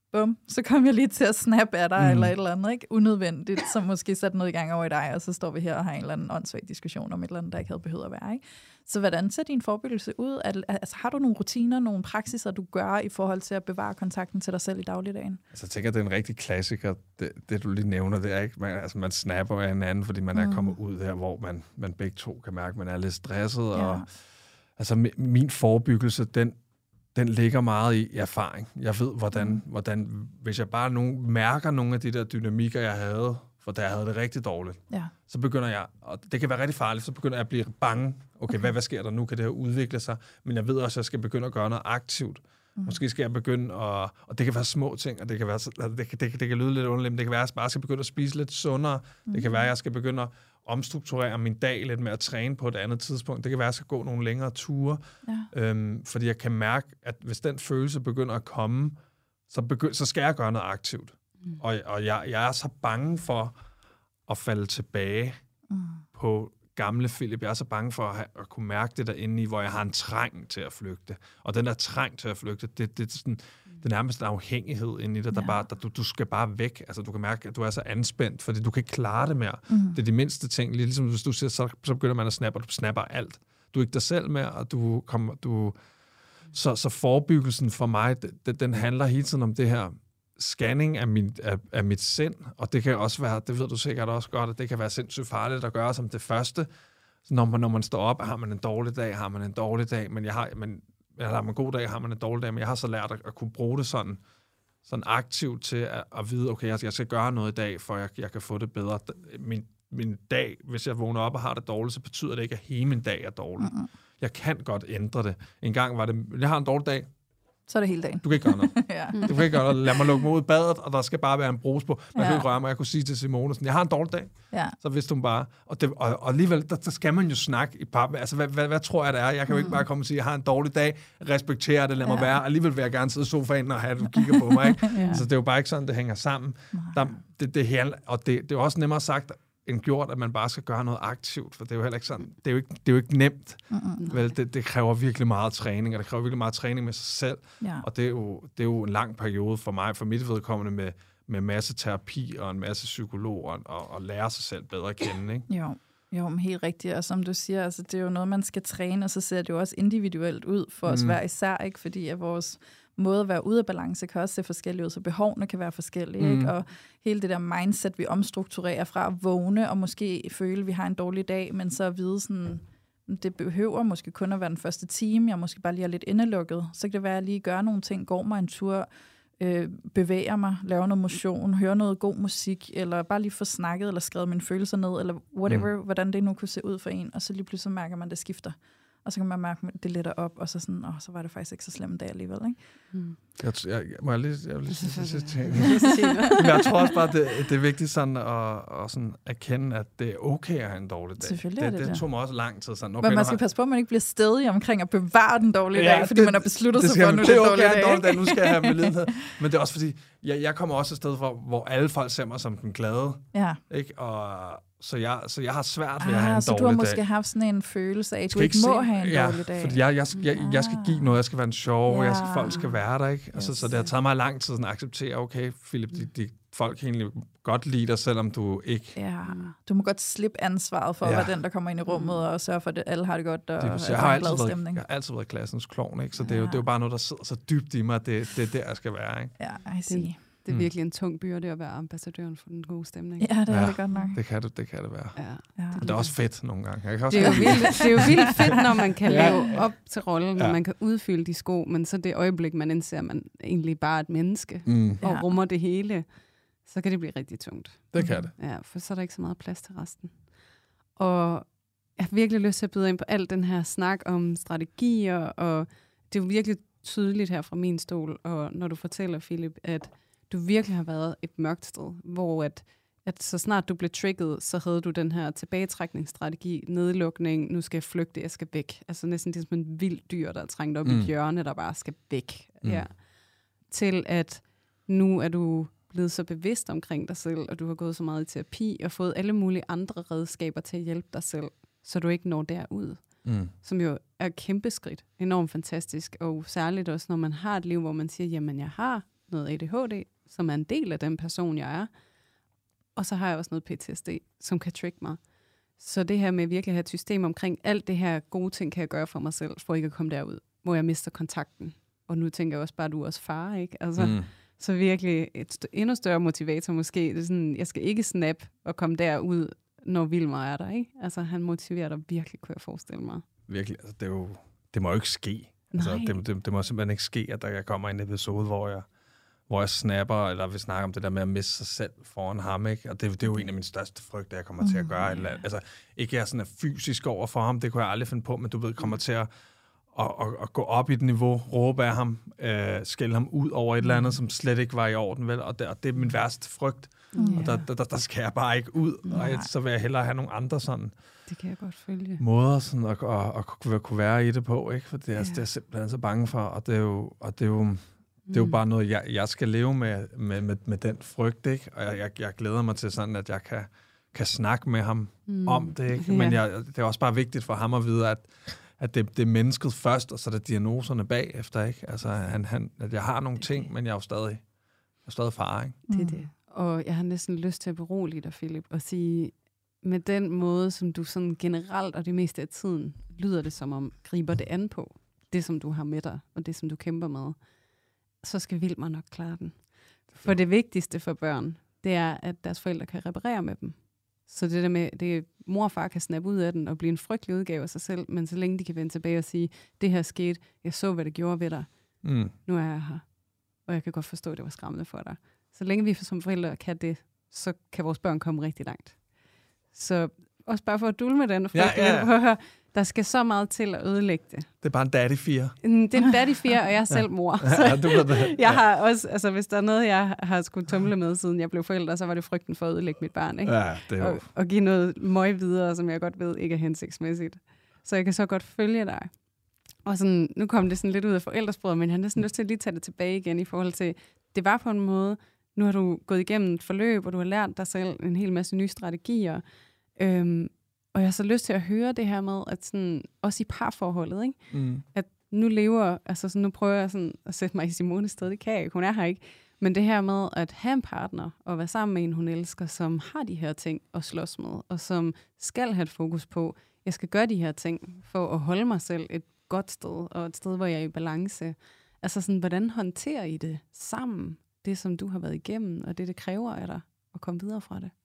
bum, så kom jeg lige til at snappe af dig, eller et eller andet, ikke? Unødvendigt, som måske satte noget i gang over i dig, og så står vi her og har en eller anden åndssvag diskussion om et eller andet, der ikke havde behøvet at være, ikke? Så hvordan ser din forebyggelse ud? Altså, har du nogle rutiner, nogle praksiser, du gør i forhold til at bevare kontakten til dig selv i dagligdagen? Altså, jeg tænker, det er en rigtig klassiker, det du lige nævner, det er ikke, man snapper af hinanden, fordi man er kommet ud der, hvor man begge to kan mærke, at man er lidt stresset, og altså, min forebyggelse, den ligger meget i erfaring. Jeg ved, hvordan hvis jeg bare mærker nogle af de der dynamikker, jeg havde, for da jeg havde det rigtig dårligt, så begynder jeg, og det kan være rigtig farligt, så begynder jeg at blive bange. Okay, hvad sker der nu? Kan det her udvikle sig? Men jeg ved også, at jeg skal begynde at gøre noget aktivt. Måske skal jeg begynde at, og det kan være små ting, og det kan være, det kan lyde lidt underligt, men det kan være, at jeg bare skal begynde at spise lidt sundere. Det kan være, at jeg skal begynde at omstrukturere min dag lidt med at træne på et andet tidspunkt. Det kan være, at jeg skal gå nogle længere ture. Fordi jeg kan mærke, at hvis den følelse begynder at komme, så skal jeg gøre noget aktivt. Og jeg er så bange for at falde tilbage på gamle Philip. Jeg er så bange for at kunne mærke det derinde i, hvor jeg har en trang til at flygte. Og den der trang til at flygte, det er sådan, det er nærmest en afhængighed inde i det, der bare, du skal bare væk. Altså, du kan mærke, at du er så anspændt, fordi du kan ikke klare det mere. Det er de mindste ting. Ligesom hvis du siger, så begynder man at snappe, og du snapper alt. Du er ikke dig selv mere, og så forebyggelsen for mig, den handler hele tiden om det her scanning af mit sind, og det kan også være, det ved du sikkert også godt, at det kan være sindssygt farligt at gøre som det første. Så når man står op, har man en dårlig dag, men har man en god dag, har man en dårlig dag, men jeg har så lært at kunne bruge det sådan aktivt til at vide, okay, jeg skal gøre noget i dag, for jeg kan få det bedre. Min dag, hvis jeg vågner op og har det dårligt, så betyder det ikke, at hele min dag er dårlig. Jeg kan godt ændre det. En gang var det, jeg har en dårlig dag, så er det hele dagen. Du kan ikke gøre noget. Du kan ikke gøre noget. Lad mig lukke mig ud i badet, og der skal bare være en brus på. Man kan ikke røre mig. Jeg kunne sige til Simone, sådan, jeg har en dårlig dag. Så vidste hun bare. Og alligevel, der skal man jo snakke i par. Altså, hvad tror jeg, det er? Jeg kan jo ikke bare komme og sige, jeg har en dårlig dag. Respektere det, lad mig være. Alligevel vil jeg gerne sidde i sofaen og have, at du kigger på mig. Ikke? Så det er jo bare ikke sådan, det hænger sammen. Det er jo også nemmere sagt, end gjort, at man bare skal gøre noget aktivt, for det er jo heller ikke sådan, det er jo ikke nemt. Vel, det kræver virkelig meget træning, og det kræver virkelig meget træning med sig selv, og det er jo en lang periode for mig, for mit vedkommende med masse terapi og en masse psykologer, og lære sig selv bedre at kende, ikke? Jo, men helt rigtigt, og som du siger, altså, det er jo noget, man skal træne, og så ser det jo også individuelt ud for os hver især, ikke? Fordi at vores måde at være ude af balance kan også se forskellige ud, så behovene kan være forskellige, ikke? Og hele det der mindset, vi omstrukturerer fra at vågne og måske føle, at vi har en dårlig dag, men så at vide sådan, det behøver måske kun at være den første time, jeg måske bare lige er lidt indelukket, så kan det være, at jeg lige gør nogle ting, går mig en tur, bevæger mig, laver noget motion, hører noget god musik, eller bare lige få snakket, eller skrevet mine følelser ned, eller whatever, hvordan det nu kunne se ud for en, og så lige pludselig mærker man, det skifter. Og så kan man mærke, at det letter op, og så sådan, så var det faktisk ikke så slemt en dag alligevel, ikke? Jeg vil lige tænke. Men jeg tror også bare, det er vigtigt sådan at sådan erkende, at det er okay at have en dårlig dag. Selvfølgelig det tog mig også lang tid. Sådan, okay, men man skal passe på, at man ikke bliver stedig omkring at bevare den dårlige dag, fordi man har besluttet sig for, at nu er det en dårlig dag. Nu skal jeg have medlidenhed. Men det er også fordi, jeg kommer også et sted, hvor alle folk ser mig som den glade. Ikke? Så jeg har svært ved at have en dårlig dag. Så du har måske haft sådan en følelse af, at du ikke må have en dårlig dag. Fordi jeg skal give noget, jeg skal være en sjov, folk skal være der, ikke? Altså, så det har taget mig lang tid at acceptere, okay, Philip, de folk kan egentlig godt lide dig, selvom du ikke... Ja, du må godt slippe ansvaret for at være den, der kommer ind i rummet og sørge for, at alle har det godt og jeg har altid været klassens klovn, ikke? Så det er jo bare noget, der sidder så dybt i mig, at det er der, jeg skal være, ikke? Ja, I see. Det er virkelig en tung byrde at være ambassadøren for den gode stemning. Ja, det er det godt nok. Det kan det være. Ja. Det er også fedt nogle gange. Det er jo vildt fedt, når man kan leve op til rollen, når man kan udfylde de sko, men så det øjeblik, man indser, at man egentlig bare er et menneske og rummer det hele, så kan det blive rigtig tungt. Det kan det. Ja, for så er der ikke så meget plads til resten. Og jeg har virkelig lyst til at byde ind på alt den her snak om strategier, og det er jo virkelig tydeligt her fra min stol, og når du fortæller, Philip, at du virkelig har været et mørkt sted, hvor at så snart du blev trigget, så havde du den her tilbagetrækningsstrategi, nedlukning, nu skal jeg flygte, jeg skal væk. Altså næsten det er som en vild dyr, der er trængt op i hjørnet, der bare skal væk. Ja. Til at nu er du blevet så bevidst omkring dig selv, og du har gået så meget i terapi, og fået alle mulige andre redskaber til at hjælpe dig selv, så du ikke når derud. Som jo er et kæmpe skridt. Enormt fantastisk, og særligt også, når man har et liv, hvor man siger, jamen jeg har noget ADHD, som er en del af den person, jeg er. Og så har jeg også noget PTSD, som kan trigge mig. Så det her med virkelig at have et system omkring alt det her gode ting, kan jeg gøre for mig selv, for ikke at komme derud, hvor jeg mister kontakten. Og nu tænker jeg også bare, at du er også far, ikke? Altså, så virkelig et endnu større motivator måske. Det er sådan, jeg skal ikke snap og komme derud, når Vilmer er der, ikke? Altså, han motiverer dig virkelig, kunne jeg forestille mig. Virkelig, altså, det må jo ikke ske. Altså, det må simpelthen ikke ske, at der kommer en episode, hvor jeg snapper, eller vi snakker om det der med at miste sig selv foran ham, ikke? Og det er jo en af mine største frygter, jeg kommer til at gøre. Altså, ikke jeg sådan er fysisk over for ham, det kunne jeg aldrig finde på, men du ved, kommer til at gå op i et niveau, råbe af ham, skælde ham ud over et eller andet, som slet ikke var i orden, vel? Og det er min værste frygt. Og der skal jeg bare ikke ud, og så vil jeg hellere have nogle andre sådan det kan jeg godt følge. Måder sådan at kunne være i det på, ikke? For det er jeg simpelthen så bange for, og det er jo bare noget, jeg skal leve med den frygt, ikke? Og jeg glæder mig til sådan, at jeg kan snakke med ham om det, ikke? Men det er også bare vigtigt for ham at vide, at det er mennesket først, og så er det diagnoserne bagefter, ikke? Altså, at jeg har nogle ting, men jeg er jo stadig far, ikke? Det er det. Og jeg har næsten lyst til at berolige dig, Philip, og sige, med den måde, som du sådan generelt og det meste af tiden, lyder det som om, griber det an på, det som du har med dig, og det som du kæmper med, så skal Vilmer nok klare den. For det vigtigste for børn, det er, at deres forældre kan reparere med dem. Så det der med, mor og far kan snappe ud af den og blive en frygtelig udgave af sig selv, men så længe de kan vende tilbage og sige, det her skete, jeg så, hvad det gjorde ved dig. Nu er jeg her, og jeg kan godt forstå, at det var skræmmende for dig. Så længe vi som forældre kan det, så kan vores børn komme rigtig langt. Så også bare for at dulme den frygt, der skal så meget til at ødelægge det. Det er bare en daddy-fire. Det er en daddy-fire, og jeg er selv mor. Så jeg har også, altså hvis der er noget, jeg har skulle tumle med, siden jeg blev forælder, så var det frygten for at ødelægge mit barn, ikke? Ja, det er jo. Og give noget møg videre, som jeg godt ved ikke er hensigtsmæssigt. Så jeg kan så godt følge dig. Og sådan, nu kom det sådan lidt ud af forældresproget, men jeg har næsten lyst til at lige tage det tilbage igen i forhold til, det var på en måde, nu har du gået igennem et forløb, og du har lært dig selv en hel masse nye strategier. Og jeg har så lyst til at høre det her med, at sådan, også i parforholdet, ikke? At nu lever, altså sådan, nu prøver jeg sådan at sætte mig i Simones sted, det kan jeg ikke, hun er her ikke. Men det her med at have en partner, og være sammen med en, hun elsker, som har de her ting at slås med, og som skal have et fokus på, jeg skal gøre de her ting, for at holde mig selv et godt sted, og et sted, hvor jeg er i balance. Altså sådan, hvordan håndterer I det sammen, det som du har været igennem, og det kræver af dig at komme videre fra det?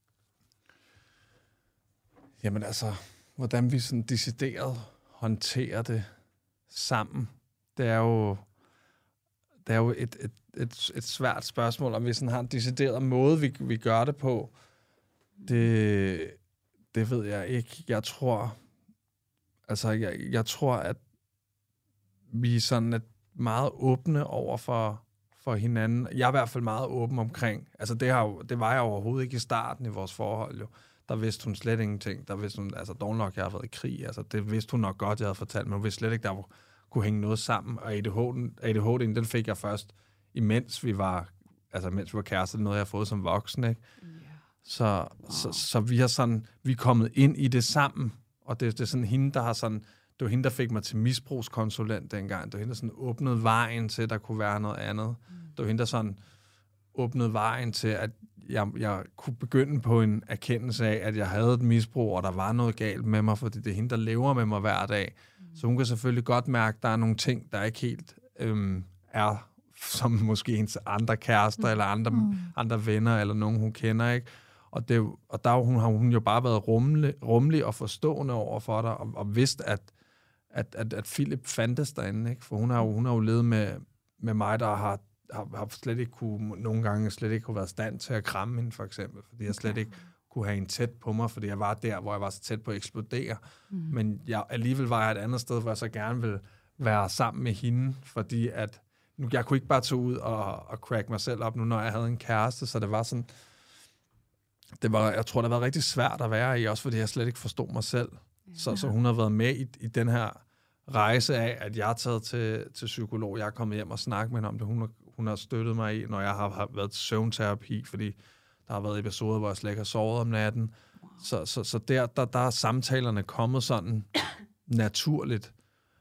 Jamen altså, hvordan vi sådan decideret håndterer det sammen, det er jo et svært spørgsmål, om vi sådan har en decideret måde, vi gør det på. Det ved jeg ikke. Jeg tror, at vi sådan er meget åbne over for hinanden. Jeg er i hvert fald meget åben omkring. Altså det var jeg overhovedet ikke i starten i vores forhold jo. Der vidste hun slet ingenting. Der vidste hun, altså dog nok, jeg har været i krig. Altså det vidste hun nok godt, jeg havde fortalt, men hun vidste slet ikke, der kunne hænge noget sammen. Og ADHD'en, den fik jeg først, mens vi var kærester, noget jeg har fået som voksen, ikke? Yeah. Så vi har sådan, vi er kommet ind i det sammen, og det er sådan hende, der har sådan, det var hende, der fik mig til misbrugskonsulent dengang. Det var hende, der sådan åbnede vejen til, at der kunne være noget andet. Det var hende, der sådan åbnede vejen til, at jeg kunne begynde på en erkendelse af, at jeg havde et misbrug, og der var noget galt med mig, fordi det er hende, der lever med mig hver dag. Så hun kan selvfølgelig godt mærke, at der er nogle ting, der ikke helt er som måske ens andre kærester, eller andre venner, eller nogen, hun kender, ikke? Og der har hun jo bare været rummelig og forstående over for dig, og vidst, at Philip fandtes derinde, ikke? For hun har jo levet med mig, der har slet ikke nogle gange slet ikke kunne være stand til at kramme hende, for eksempel, fordi jeg slet ikke kunne have hende tæt på mig, fordi jeg var der, hvor jeg var så tæt på at eksplodere. Men alligevel var jeg et andet sted, hvor jeg så gerne ville være sammen med hende, fordi at jeg kunne ikke bare tage ud og crack mig selv op nu, når jeg havde en kæreste, så det var sådan, jeg tror, det har været rigtig svært at være i, også fordi jeg slet ikke forstod mig selv. Så hun har været med i den her rejse af, at jeg er taget til psykolog, jeg er kommet hjem og snakket med hende om det, hun har støttet mig i, når jeg har været til søvnterapi, fordi der har været episoder, hvor jeg slet ikke har sovet om natten. Så der er samtalerne kommet sådan naturligt,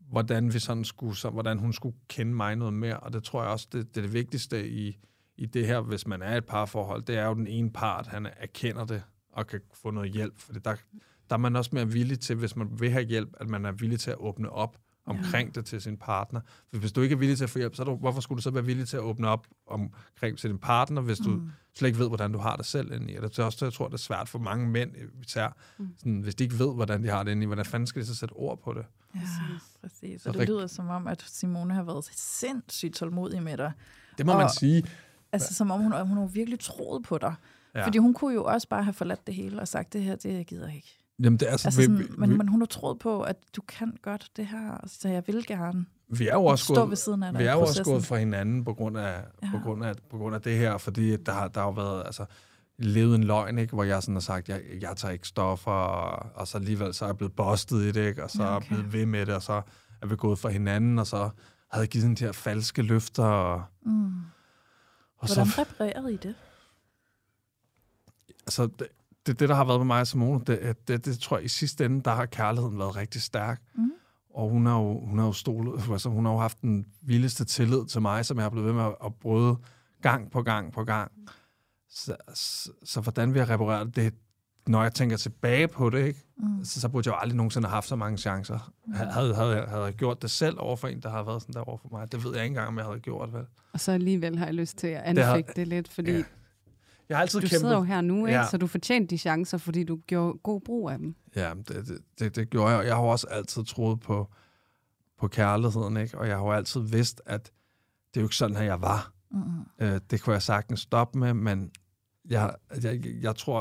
hvordan hun skulle kende mig noget mere, og det tror jeg også, det er det vigtigste i det her, hvis man er et parforhold, det er jo den ene part, han erkender det, og kan få noget hjælp, for der er man også mere villig til, hvis man vil have hjælp, at man er villig til at åbne op omkring det til sin partner. For hvis du ikke er villig til at få hjælp, hvorfor skulle du så være villig til at åbne op omkring til din partner, hvis du slet ikke ved, hvordan du har det selv inde i? Og det er også, jeg tror, det er svært for mange mænd, især, sådan, hvis de ikke ved, hvordan de har det inde i, hvordan fanden skal de så sætte ord på det? Ja, præcis. Og det lyder som om, at Simone har været sindssygt tålmodig med dig. Det må man sige. Altså, som om hun har virkelig troet på dig. Ja. Fordi hun kunne jo også bare have forladt det hele og sagt, det her, det gider jeg ikke. Jamen, det er men hun har troet på, at du kan godt det her, så jeg vil gerne vi er jo også stå ved siden af dig. Vi er jo også gået fra hinanden på grund af det her, fordi der har jo været levet en løgn, ikke, hvor jeg sådan har sagt, jeg tager ikke stoffer, og så alligevel så er jeg blevet bustet i det, ikke, og så er jeg blevet ved med det, og så er vi gået fra hinanden, og så havde jeg givet sådan de her falske løfter. Og hvordan reparerede I det? Altså, det, der har været med mig og Simone, det tror jeg i sidste ende, der har kærligheden været rigtig stærk. Og hun har jo haft den vildeste tillid til mig, som jeg har blevet ved med at bryde gang på gang. Så hvordan vi har repareret det, når jeg tænker tilbage på det, ikke? Så burde jeg jo aldrig nogensinde have haft så mange chancer. Havde jeg gjort det selv over for en, der har været sådan der over for mig, det ved jeg ikke engang, om jeg havde gjort, vel? Og så alligevel har jeg lyst til at anfægte det lidt, fordi... Ja. Jeg har altid du sidder jo her nu, ikke? Så du fortjente de chancer, fordi du gjorde god brug af dem. Ja, det gjorde jeg. Jeg har også altid troet på kærligheden, ikke? Og jeg har jo altid vidst, at det er jo ikke sådan, at jeg var. Det kunne jeg sagtens stoppe med, men jeg tror,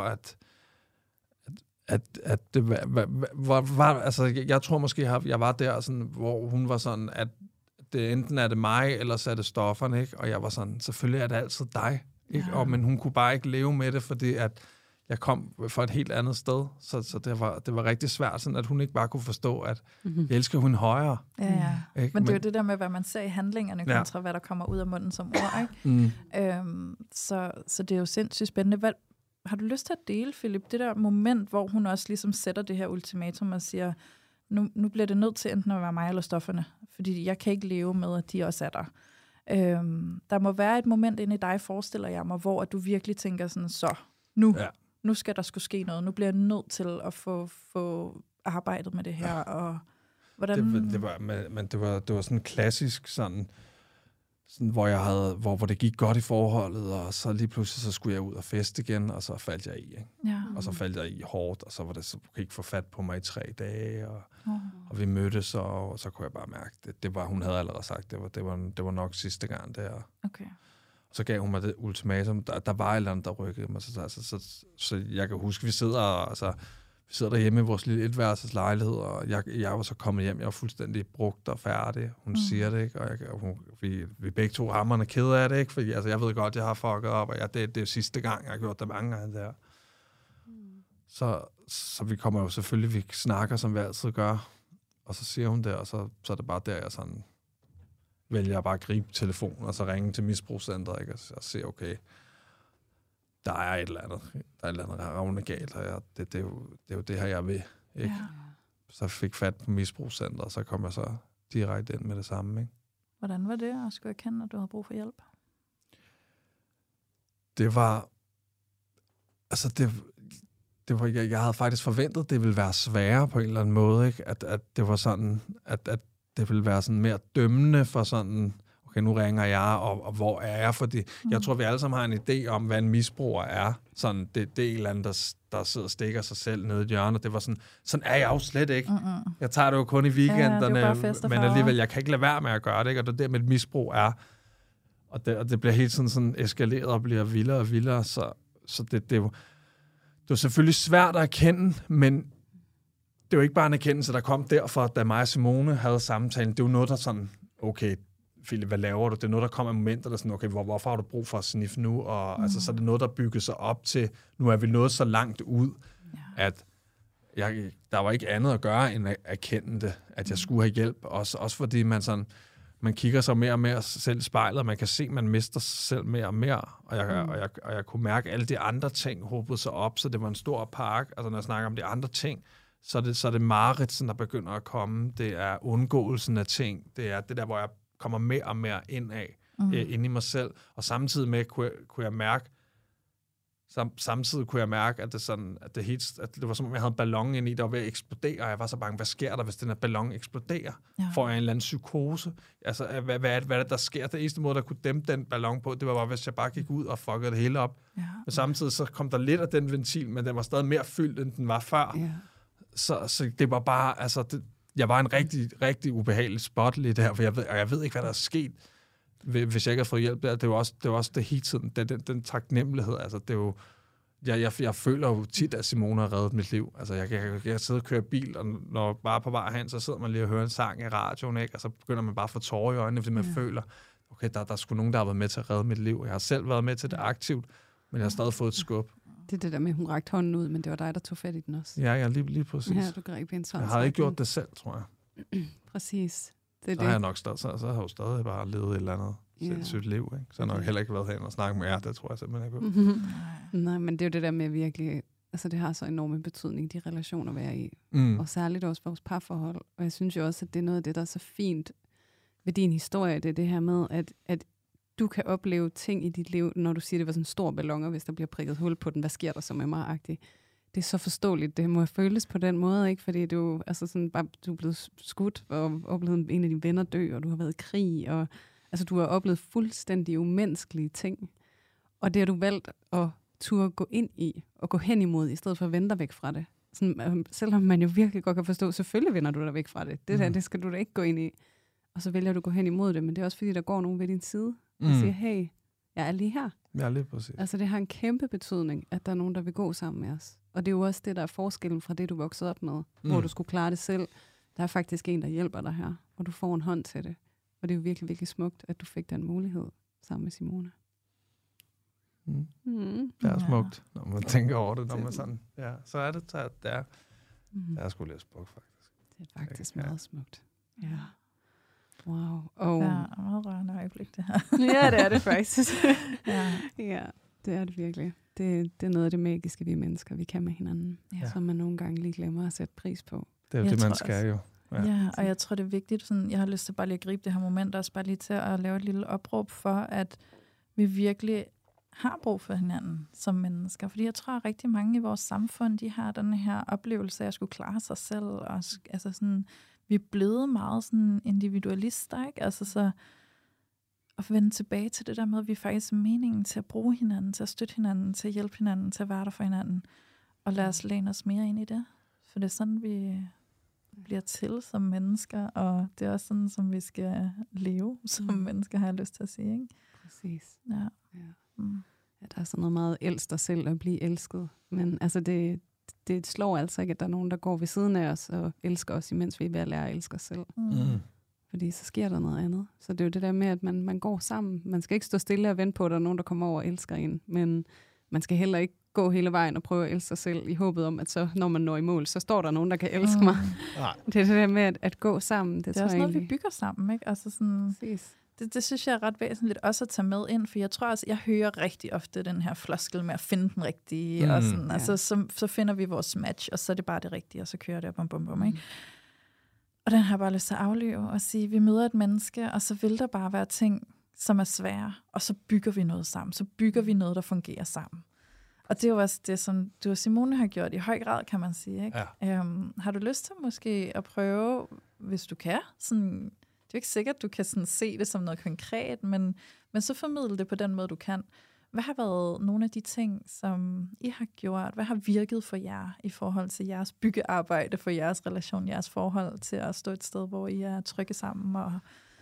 at det var altså, jeg tror måske, at jeg var der, sådan, hvor hun var sådan, at det enten er det mig, eller så er det stofferne, ikke? Og jeg var sådan, selvfølgelig er det altid dig. Ikke? Ja. Men hun kunne bare ikke leve med det, fordi at jeg kom fra et helt andet sted. Så det var rigtig svært, sådan at hun ikke bare kunne forstå, at jeg elsker hun højere. Ja. Men det er jo det der med, hvad man ser i handlingerne, kontra hvad der kommer ud af munden som ord. Ikke? Så det er jo sindssygt spændende. Har du lyst til at dele, Philip, det der moment, hvor hun også ligesom sætter det her ultimatum og siger, nu bliver det nødt til enten at være mig eller stofferne, fordi jeg kan ikke leve med, at de også er der. Der må være et moment inde i dig, forestiller jeg mig, hvor at du virkelig tænker sådan, nu skal der sgu ske noget. Nu bliver jeg nødt til at få arbejdet med det her. Og hvordan... Det var sådan klassisk sådan hvor det gik godt i forholdet, og så lige pludselig så skulle jeg ud og feste igen, og så faldt jeg i. Ikke? Ja. Og så faldt jeg i hårdt, og så var det så kunne ikke få fat på mig i 3 dage, og vi mødtes, og så kunne jeg bare mærke, det var, hun havde allerede sagt, det var nok sidste gang der. Okay. Og så gav hun mig det ultimatum, der var et eller andet, der rykkede mig, så jeg kan huske, vi sidder derhjemme i vores lille etværelses lejlighed, og jeg var så kommet hjem, jeg var fuldstændig brugt og færdig. Hun siger det, ikke? Og vi begge to hammerne kede af det, ikke? Fordi altså, jeg ved godt, jeg har fucket op, og det er jo sidste gang, jeg har gjort det mange gange der. Så vi kommer jo selvfølgelig, vi snakker, som vi altid gør, og så siger hun det, og så er det bare der, jeg sådan vælger bare at gribe telefonen, og så ringe til misbrugscentret, ikke? Og se, okay, der er et eller andet ravne galt, og det er jo det her, jeg vil. Ikke? Ja. Så jeg fik fat på misbrugscentret, og så kom jeg så direkte ind med det samme. Ikke? Hvordan var det at skulle erkende, at du havde brug for hjælp? Det var... Altså, jeg havde faktisk forventet, at det ville være sværere på en eller anden måde. Ikke? At det var sådan... At det ville være sådan mere dømmende for sådan... Okay, nu ringer jeg, og hvor er jeg? Fordi jeg tror, vi alle sammen har en idé om, hvad en misbruger er. Sådan, det er en eller anden, der sidder og stikker sig selv nede i hjørnet. Det var sådan er jeg jo slet ikke. Jeg tager det jo kun i weekenderne, men alligevel, jeg kan ikke lade være med at gøre det. Ikke? Og det der med et misbrug er, og det bliver helt sådan eskaleret og bliver vildere og vildere. Så det var selvfølgelig svært at erkende, men det var ikke bare en erkendelse, der kom derfor, da mig og Simone havde samtalen. Det var noget, der sådan, okay, Philip, hvad laver du? Det er noget, der kommer i momenter, der sådan, okay, hvorfor har du brug for at sniffe nu? Og altså, så er det noget, der bygger sig op til, nu er vi nået så langt ud, at der var ikke andet at gøre, end at erkende det, at jeg skulle have hjælp. Også fordi man kigger sig mere og mere selv i spejlet, og man kan se, at man mister sig selv mere og mere. Og jeg kunne mærke, at alle de andre ting håbede sig op, så det var en stor park. Altså, når jeg snakker om de andre ting, så er det mareridsen, der begynder at komme. Det er undgåelsen af ting. Det er det der, hvor jeg kommer mere og mere ind i mig selv. Og samtidig med kunne jeg mærke, at det sådan, at det var som om jeg havde en ballon inde i, der var ved at eksplodere, og jeg var så bange, hvad sker der, hvis den her ballon eksploderer? Ja. Får jeg en eller anden psykose? Altså, hvad er det, der sker? Det eneste måde, der kunne dæmpe den ballon på, det var bare, hvis jeg bare gik ud og fuckede det hele op. Ja. Men samtidig så kom der lidt af den ventil, men den var stadig mere fyldt, end den var før. Ja. Så det var bare, altså, jeg var en rigtig, rigtig ubehagelig spot lige der, for jeg ved ikke, hvad der er sket, hvis jeg ikke har fået hjælp der. Det var også det hele tiden, den taknemmelighed. Altså, det er jo, jeg føler jo tit, at Simone har reddet mit liv. Altså, jeg kan sidde og køre bil, og når bare på vej hen, så sidder man lige og hører en sang i radioen, ikke? Og så begynder man bare at få tårer i øjnene, fordi man føler, okay, der er sgu nogen, der har været med til at redde mit liv. Jeg har selv været med til det aktivt, men jeg har stadig fået et skub. Det er det der med, at hun rakte hånden ud, men det var dig, der tog fat i den også. Ja, lige præcis. Ja, du greb en sådan. Jeg har ikke gjort det selv, tror jeg. Præcis. Så har jeg nok så har jeg jo stadig bare levet et eller andet sindssygt liv, ikke? Så har jeg nok heller ikke været hen og snakke med jer, det tror jeg simpelthen ikke på. Nej, men det er jo det der med virkelig, altså det har så enorm betydning, de relationer, vi er i. Og særligt også vores parforhold. Og jeg synes jo også, at det er noget af det, der er så fint ved din historie, det er det her med, at du kan opleve ting i dit liv, når du siger, det var sådan en stor ballon, og hvis der bliver prikket hul på den, hvad sker der så med mig-agtigt? Det er så forståeligt. Det må føles på den måde, ikke? Fordi du, altså sådan, bare, du er blevet skudt og oplevet en af dine venner dø, og du har været i krig, og altså, du har oplevet fuldstændig umenneskelige ting. Og det har du valgt at turde gå ind i, og gå hen imod, i stedet for at vende dig væk fra det. Sådan, selvom man jo virkelig godt kan forstå, selvfølgelig vender du dig væk fra det. Det der, det skal du da ikke gå ind i. Og så vælger du at gå hen imod det, men det er også fordi, der går nogen ved din side, og siger, hey, jeg er lige her. Ja, lige præcis. Altså, det har en kæmpe betydning, at der er nogen, der vil gå sammen med os. Og det er jo også det, der er forskellen fra det, du voksede op med, hvor du skulle klare det selv. Der er faktisk en, der hjælper dig her, og du får en hånd til det. Og det er jo virkelig, virkelig smukt, at du fik den mulighed sammen med Simone. Det er smukt, når man tænker over det, når man sådan, så er det, det er sgu lidt smukt, faktisk. Det er faktisk meget smukt. Ja. Wow. Og meget rørende øjeblik, det her. Ja, det er det faktisk. Ja, det er det virkelig. Det er noget af det magiske, vi mennesker, vi kan med hinanden, som man nogle gange lige glemmer at sætte pris på. Det er jo det, man skal jo. Ja, og jeg tror, det er vigtigt, sådan, jeg har lyst til bare lige at gribe det her moment, også bare lige til at lave et lille opråb for, at vi virkelig har brug for hinanden som mennesker. Fordi jeg tror, at rigtig mange i vores samfund, de har den her oplevelse af at skulle klare sig selv. Og, altså sådan, vi er blevet meget sådan individualister, ikke? Altså så at vende tilbage til det der med, at vi faktisk er meningen til at bruge hinanden, til at støtte hinanden, til at hjælpe hinanden, til at være der for hinanden. Og lad os læne os mere ind i det. For det er sådan, vi bliver til som mennesker, og det er også sådan, som vi skal leve som mennesker, har jeg lyst til at sige, ikke? Præcis. Ja. Ja, der er sådan noget meget elsk dig selv at blive elsket. Men altså det slår altså ikke, at der er nogen, der går ved siden af os og elsker os, imens vi er ved at lære at elske os selv. Fordi så sker der noget andet. Så det er jo det der med, at man går sammen. Man skal ikke stå stille og vente på, at der er nogen, der kommer over og elsker en. Men man skal heller ikke gå hele vejen og prøve at elske sig selv i håbet om, at så, når man når i mål, så står der nogen, der kan elske mig. Det er det der med at gå sammen. Det er også noget, vi bygger sammen, ikke? Altså sådan, det synes jeg er ret væsentligt også at tage med ind, for jeg tror også, jeg hører rigtig ofte den her floskel med at finde den rigtige, og sådan, altså så finder vi vores match, og så er det bare det rigtige, og så kører det bum, ikke? Og den har jeg bare lyst til at afleve og sige, vi møder et menneske, og så vil der bare være ting, som er svære, og så bygger vi noget sammen. Så bygger vi noget, der fungerer sammen. Og det er jo også det, som du og Simone har gjort i høj grad, kan man sige, ikke? Ja. Har du lyst til måske at prøve, hvis du kan, sådan, det er ikke sikkert, du kan sådan se det som noget konkret, men så formidle det på den måde, du kan. Hvad har været nogle af de ting, som I har gjort? Hvad har virket for jer i forhold til jeres byggearbejde, for jeres relation, jeres forhold til at stå et sted, hvor I er trygge sammen og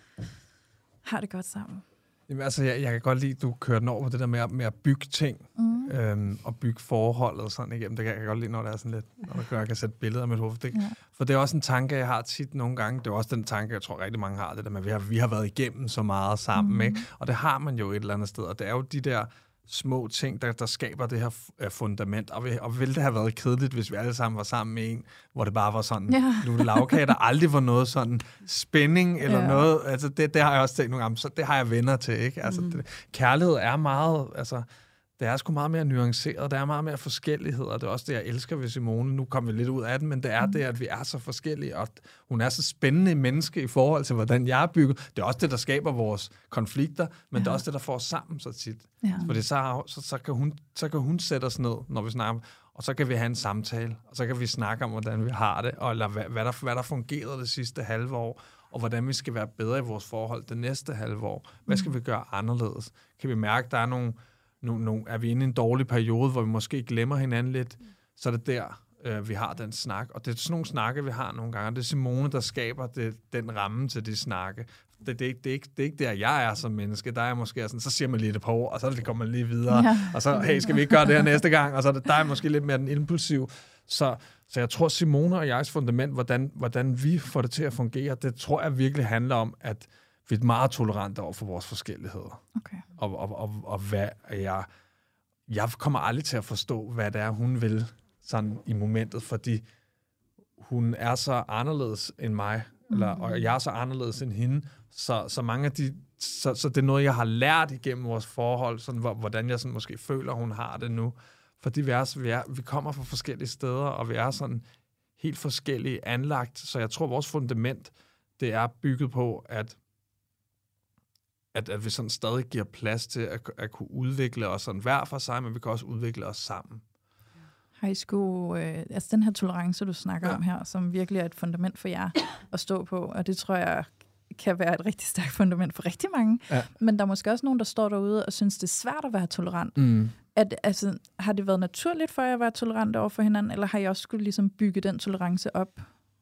har det godt sammen? Jamen, altså, jeg kan godt lide, at du kører den over på det der med at bygge ting, og bygge forholdet sådan igennem. Det kan jeg godt lide, når det er sådan lidt, når jeg kan sætte billeder med et hoved. For det er også en tanke, jeg har tit nogle gange. Det er også den tanke, jeg tror rigtig mange har, det der med, at vi har været igennem så meget sammen, ikke? Og det har man jo et eller andet sted, og det er jo de der små ting, der skaber det her fundament. Og ville det have været kedeligt, hvis vi alle sammen var sammen med en, hvor det bare var sådan, nu lavkage, der aldrig var noget sådan spænding eller noget. Altså det har jeg også tænkt nogle gange, så det har jeg venner til, ikke? Altså kærlighed er meget, altså det er sgu meget mere nuanceret, der er meget mere forskellighed, og det er også det, jeg elsker ved Simone. Nu kommer vi lidt ud af den, men det er det, at vi er så forskellige, og hun er så spændende menneske i forhold til, hvordan jeg er bygget. Det er også det, der skaber vores konflikter, men det er også det, der får os sammen så tit. Ja. Fordi så kan hun sætte os ned, når vi snakker, og så kan vi have en samtale, og så kan vi snakke om, hvordan vi har det, og hvad der fungerede det sidste halve år, og hvordan vi skal være bedre i vores forhold det næste halve år. Hvad skal vi gøre anderledes? Kan vi mærke, at der er er vi inde i en dårlig periode, hvor vi måske glemmer hinanden lidt, så er det der, vi har den snak. Og det er sådan nogle snakke, vi har nogle gange. Det er Simone, der skaber den ramme til de snakke. Det er ikke der, jeg er som menneske. Der er jeg måske sådan, så siger man lige det på ord, og så kommer man lige videre. Ja. Og så, hey, skal vi ikke gøre det her næste gang? Og så der er måske lidt mere den impulsiv. Så jeg tror, Simone og jegs fundament, hvordan vi får det til at fungere, det tror jeg virkelig handler om, at vi er meget tolerante over for vores forskelligheder. Okay. Og hvad jeg kommer aldrig til at forstå, hvad det er, hun vil sådan i momentet, fordi hun er så anderledes end mig, og jeg er så anderledes end hende, så mange af de, så det er noget, jeg har lært igennem vores forhold, sådan, hvordan jeg sådan måske føler, hun har det nu. Fordi vi kommer fra forskellige steder, og vi er sådan helt forskellige anlagt, så jeg tror, vores fundament, det er bygget på, at vi sådan stadig giver plads til at kunne udvikle os sådan hver for sig, men vi kan også udvikle os sammen. Har I altså den her tolerance, du snakker om her, som virkelig er et fundament for jer at stå på, og det tror jeg kan være et rigtig stærkt fundament for rigtig mange. Ja. Men der er måske også nogen, der står derude og synes, det er svært at være tolerant. Har det været naturligt for jer at være tolerant over for hinanden, eller har I også skulle ligesom bygge den tolerance op?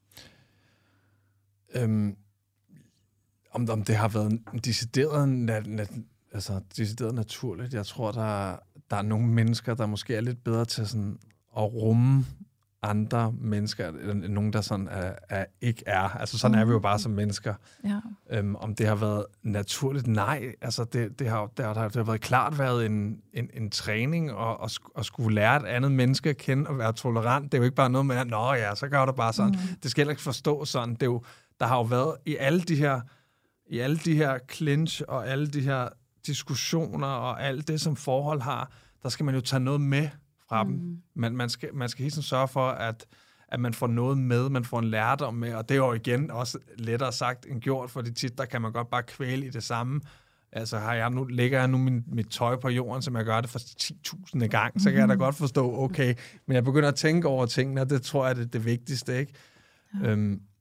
Om det har været decideret naturligt. Jeg tror, der er nogle mennesker, der måske er lidt bedre til sådan at rumme andre mennesker, end nogen, der sådan ikke er. Altså sådan er vi jo bare som mennesker. Ja. Om det har været naturligt? Nej. Altså det har været klart været en træning at skulle lære et andet menneske at kende og være tolerant. Det er jo ikke bare noget med, nå ja, så gør det bare sådan. Det skal heller ikke forstå sådan. Det er jo, der har jo været i alle de her clinch og alle de her diskussioner og alt det, som forhold har, der skal man jo tage noget med fra dem. Man skal hele tiden sørge for, at man får noget med, man får en lærdom med, og det er jo igen også lettere sagt end gjort, fordi tit, der kan man godt bare kvæle i det samme. Altså lægger jeg nu mit tøj på jorden, som jeg gør det for 10.000 gang, så kan jeg da godt forstå, okay, men jeg begynder at tænke over tingene, og det tror jeg er det vigtigste, ikke? Ja.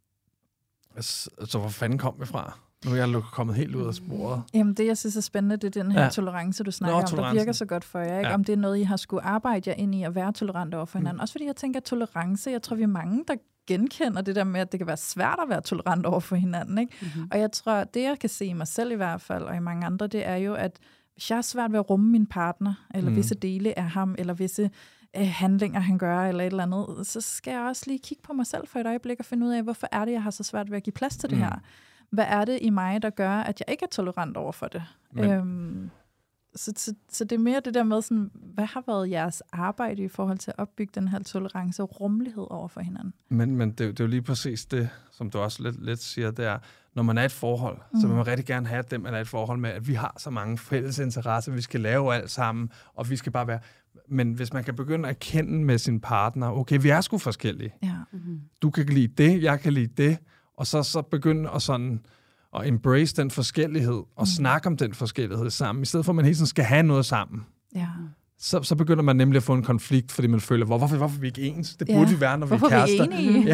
Så hvor fanden kom vi fra? Nu er jeg kommet helt ud af sporet. Jamen det, jeg synes er spændende, det er den her tolerance, du snakker om, der virker så godt for jer. Ikke? Om det er noget, I har skulle arbejde jer ind i at være tolerant over for hinanden. Også fordi jeg tænker, at tolerance, jeg tror, vi er mange, der genkender det der med, at det kan være svært at være tolerant over for hinanden. Ikke? Og jeg tror, det jeg kan se i mig selv i hvert fald, og i mange andre, det er jo, at hvis jeg er svært ved at rumme min partner, eller visse dele af ham, eller visse handlinger, han gør, eller et eller andet, så skal jeg også lige kigge på mig selv for et øjeblik og finde ud af, hvorfor er det, jeg har så svært ved at give plads til det her? Hvad er det i mig, der gør, at jeg ikke er tolerant over for det? Så det er mere det der med, sådan, hvad har været jeres arbejde i forhold til at opbygge den her tolerance og rummelighed over for hinanden? Men det er jo lige præcis det, som du også lidt siger, det er, når man er i et forhold, så vil man rigtig gerne have dem, man er i et forhold med, at vi har så mange fælles interesser, vi skal lave alt sammen, og vi skal bare være... Men hvis man kan begynde at kende med sin partner, okay, vi er sgu forskellige. Ja. Du kan lide det, jeg kan lide det, og så begynde at embrace den forskellighed, og snakke om den forskellighed sammen, i stedet for at man hele tiden skal have noget sammen. Ja. Så begynder man nemlig at få en konflikt, fordi man føler, hvorfor er vi ikke ens? Det burde vi være, når vi er kærester.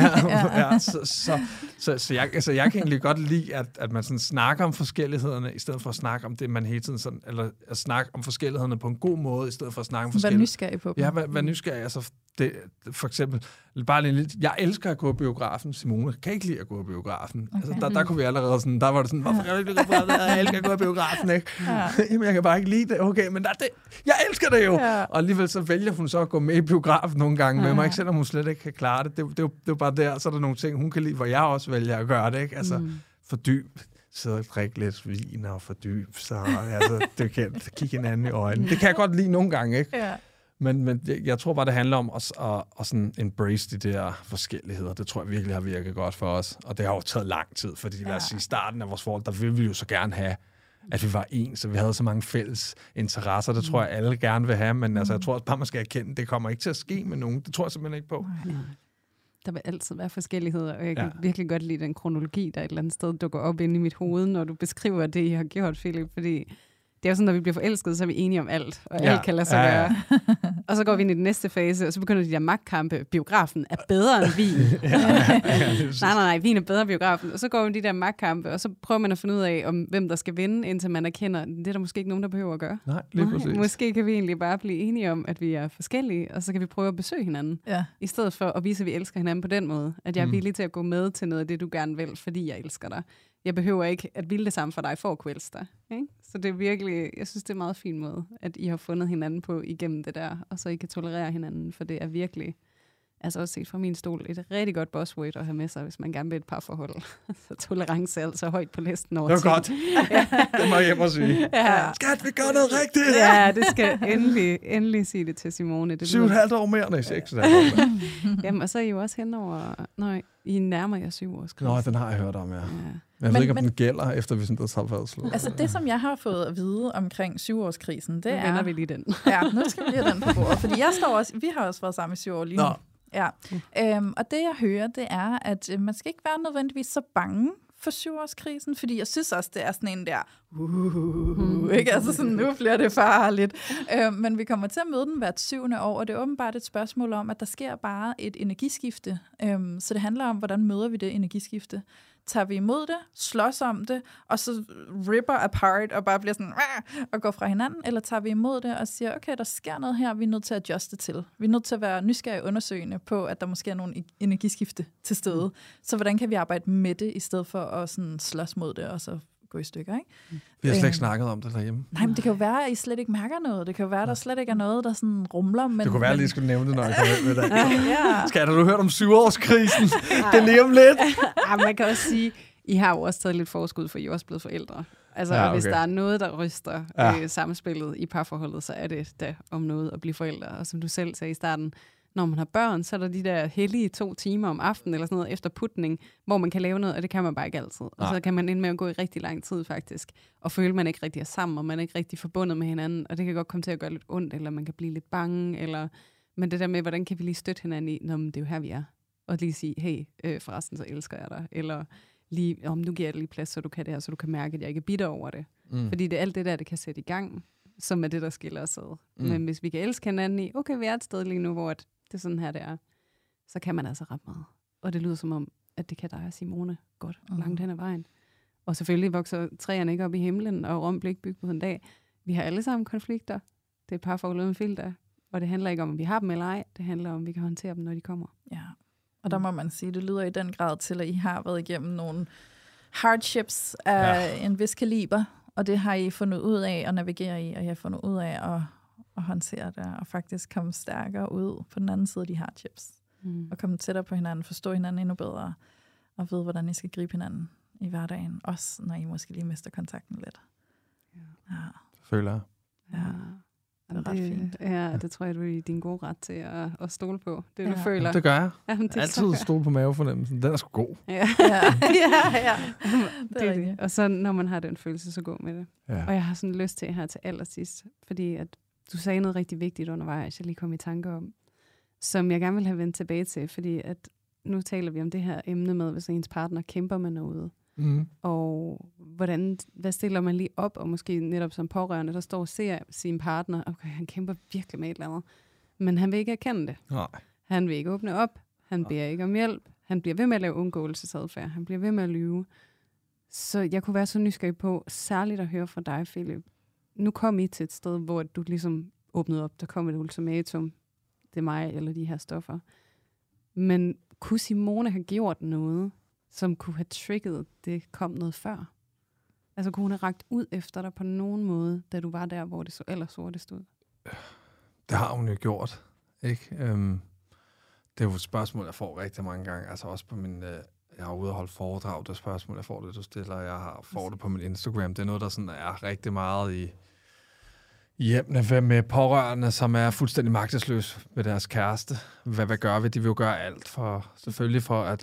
Så jeg kan egentlig godt lide, at man sådan snakker om forskellighederne, i stedet for at snakke om det, man hele tiden sådan, eller at snakke om forskellighederne på en god måde, i stedet for at snakke om forskelligheder. Vær nysgerrig på dem. Ja, vær nysgerrig. Altså, for eksempel, bare lidt, jeg elsker at gå i biografen, Simone kan ikke lide at gå i biografen. Okay. Altså, der kunne vi allerede sådan, der var det sådan, hvorfor kan du ikke lide at gå i biografen? Jeg elsker at gå i biografen, ikke? Ja. Jamen, jeg kan bare ikke lide det. Okay, men jeg elsker det jo! Ja. Og alligevel så vælger hun så at gå med i biografen nogle gange med mig, ikke, selvom hun slet ikke kan klare det. Det er jo bare der, så er der nogle ting, hun kan lide, hvor jeg også vælger at gøre det, ikke? Altså, fordyb, sidde og drikke lidt vin og fordyb, så altså, det kan kigge hinanden i øjnene. Det kan jeg godt lide nogle gange, ikke? Ja. Men jeg tror bare, det handler om at sådan embrace de der forskelligheder. Det tror jeg virkelig har virket godt for os. Og det har jo taget lang tid, fordi lad os sige, i starten af vores forhold, der vil vi jo så gerne have, at vi var ens, så vi havde så mange fælles interesser. Det tror jeg, alle gerne vil have, men altså, jeg tror også bare, man skal erkende, det kommer ikke til at ske med nogen. Det tror jeg simpelthen ikke på. Nej. Der vil altid være forskelligheder, og jeg kan virkelig godt lide den kronologi, der et eller andet sted dukker op inde i mit hoved, når du beskriver det, I har gjort, Philip, fordi det er jo sådan, når vi bliver forelskede, så er vi enige om alt, og alt kan lade sig gøre. Og så går vi ind i den næste fase, og så begynder de der magtkampe. Biografen er bedre end vin. nej, vin er bedre end biografen. Og så går vi de der magtkampe, og så prøver man at finde ud af, om hvem der skal vinde, indtil man erkender, det er der måske ikke nogen, der behøver at gøre. Nej, lige præcis. Måske kan vi egentlig bare blive enige om, at vi er forskellige, og så kan vi prøve at besøge hinanden. Ja. I stedet for at vise, at vi elsker hinanden på den måde. At jeg er villig til at gå med til noget af det, du gerne vil, fordi jeg elsker dig. Jeg behøver ikke at ville det samme for dig, for at kunne elske dig. Ikke? Så det er virkelig, jeg synes, det er en meget fin måde, at I har fundet hinanden på igennem det der, og så I kan tolerere hinanden, for det er virkelig, altså også set fra min stol, et rigtig godt buzzword at have med sig, hvis man gerne vil et parforhold. Så tolerance er altså højt på listen over ting. Det var godt. Det må jeg hjem og sige. Ja. Skat, vi gør noget rigtigt. Ja, det skal endelig sige det til Simone. 7,5 år mere, nej, 6,5 år mere. Jamen, og så er I jo også henover, I nærmer jer 7 års krise. Nå, den har jeg hørt om, ja. Jeg ved ikke, om den gælder, efter vi sådan der samfundsslået. Altså det, som jeg har fået at vide omkring 7-årskrisen, det er... Nu vender vi lige den. Ja, nu skal vi lige have den på bordet. Fordi vi har også været sammen i 7 år lige nu. Ja. Og det, jeg hører, det er, at man skal ikke være nødvendigvis så bange for 7-årskrisen, fordi jeg synes også, det er sådan en der, ikke? Altså sådan, nu bliver det farligt. Men vi kommer til at møde den hvert 7. år, og det er åbenbart et spørgsmål om, at der sker bare et energiskifte. Så det handler om, hvordan møder vi det energiskifte. Tager vi imod det, slås om det, og så ripper apart og bare bliver sådan, og går fra hinanden, eller tager vi imod det og siger, okay, der sker noget her, vi er nødt til at adjuste til. Vi er nødt til at være nysgerrige undersøgende på, at der måske er nogle energiskifte til stede. Så hvordan kan vi arbejde med det, i stedet for at sådan slås mod det, og så gå i stykker, ikke? Vi har slet ikke snakket om det derhjemme. Nej, men det kan jo være, at I slet ikke mærker noget. Det kan jo være, at der slet ikke er noget, der sådan rumler. Men, det kunne være, at lige skulle nævne det, når jeg kommer med dig. Skal du hørt om 7-årskrisen? Det er lige om lidt. Ja, man kan også sige, I har jo også taget lidt forskud, for I er også blevet forældre. Altså, hvis der er noget, der ryster samspillet i parforholdet, så er det da om noget at blive forældre. Og som du selv sagde i starten, når man har børn, så er der de der hellige 2 timer om aftenen, eller sådan noget, efter putning, hvor man kan lave noget, og det kan man bare ikke altid. Og så kan man ende med at gå i rigtig lang tid, faktisk, og føle, at man ikke rigtig er sammen, og man er ikke rigtig forbundet med hinanden, og det kan godt komme til at gøre lidt ondt, eller man kan blive lidt bange, eller... Men det der med, hvordan kan vi lige støtte hinanden i, det er jo her, vi er. Og lige sige, hey, forresten, så elsker jeg dig, eller lige, nu giver jeg dig lige plads, så du kan det her, så du kan mærke, at jeg ikke er bitter over det. Fordi det er alt det der, det kan sætte i gang, som er det, der skiller os ad. Men hvis vi kan elske hinanden i, okay, vi er et sted lige nu, hvor det er sådan her, det er, så kan man altså ret meget. Og det lyder som om, at det kan dig og Simone godt langt hen ad vejen. Og selvfølgelig vokser træerne ikke op i himlen, og Rom bliver ikke bygget på en dag. Vi har alle sammen konflikter. Det er et parforhold uden filter. Og det handler ikke om, om vi har dem eller ej. Det handler om, vi kan håndtere dem, når de kommer. Ja, og der må man sige, det lyder i den grad til, at I har været igennem nogle hardships af en vis kaliber. Og det har I fundet ud af at navigere i, og jeg har fundet ud af at håndtere det, og faktisk komme stærkere ud på den anden side af de hardships. Og komme tættere på hinanden, forstå hinanden endnu bedre, og vide, hvordan I skal gribe hinanden i hverdagen. Også når I måske lige mister kontakten lidt. Ja. Føler jeg. Ja. Det er ret fint. Ja, det tror jeg, du er i din gode ret til at stole på. Det du føler. Det gør jeg. Jamen, det altid stole på mavefornemmelsen. Den er sgu god. Ja. Det er det. Og så når man har den følelse, så gå med det. Ja. Og jeg har sådan lyst til her til allersidst, fordi at du sagde noget rigtig vigtigt undervejs, jeg lige kom i tanke om, som jeg gerne vil have vendt tilbage til, fordi at nu taler vi om det her emne med, hvis ens partner kæmper med noget. Og hvad stiller man lige op, og måske netop som pårørende, der står og ser sin partner, okay, han kæmper virkelig med et eller andet, men han vil ikke erkende det. Nej. Han vil ikke åbne op, han beder ikke om hjælp, han bliver ved med at lave undgåelsesadfærd, han bliver ved med at lyve. Så jeg kunne være så nysgerrig på, særligt at høre fra dig, Philip. Nu kom I til et sted, hvor du ligesom åbnede op, der kom et ultimatum, det er mig eller de her stoffer. Men kunne Simone have gjort noget, som kunne have trigget, det kom noget før? Altså kunne hun have rakt ud efter dig på nogen måde, da du var der, hvor det så ellers sortest ud? Det har hun jo gjort, ikke? Det er jo et spørgsmål, jeg får rigtig mange gange. Altså også på min... Jeg har ude og holde foredrag, det spørgsmål, jeg får det, du stiller. Jeg får det på min Instagram. Det er noget, der sådan er rigtig meget i hjemmene med pårørende, som er fuldstændig magtesløse ved deres kæreste. Hvad gør vi? De vil jo gøre alt for, selvfølgelig for, at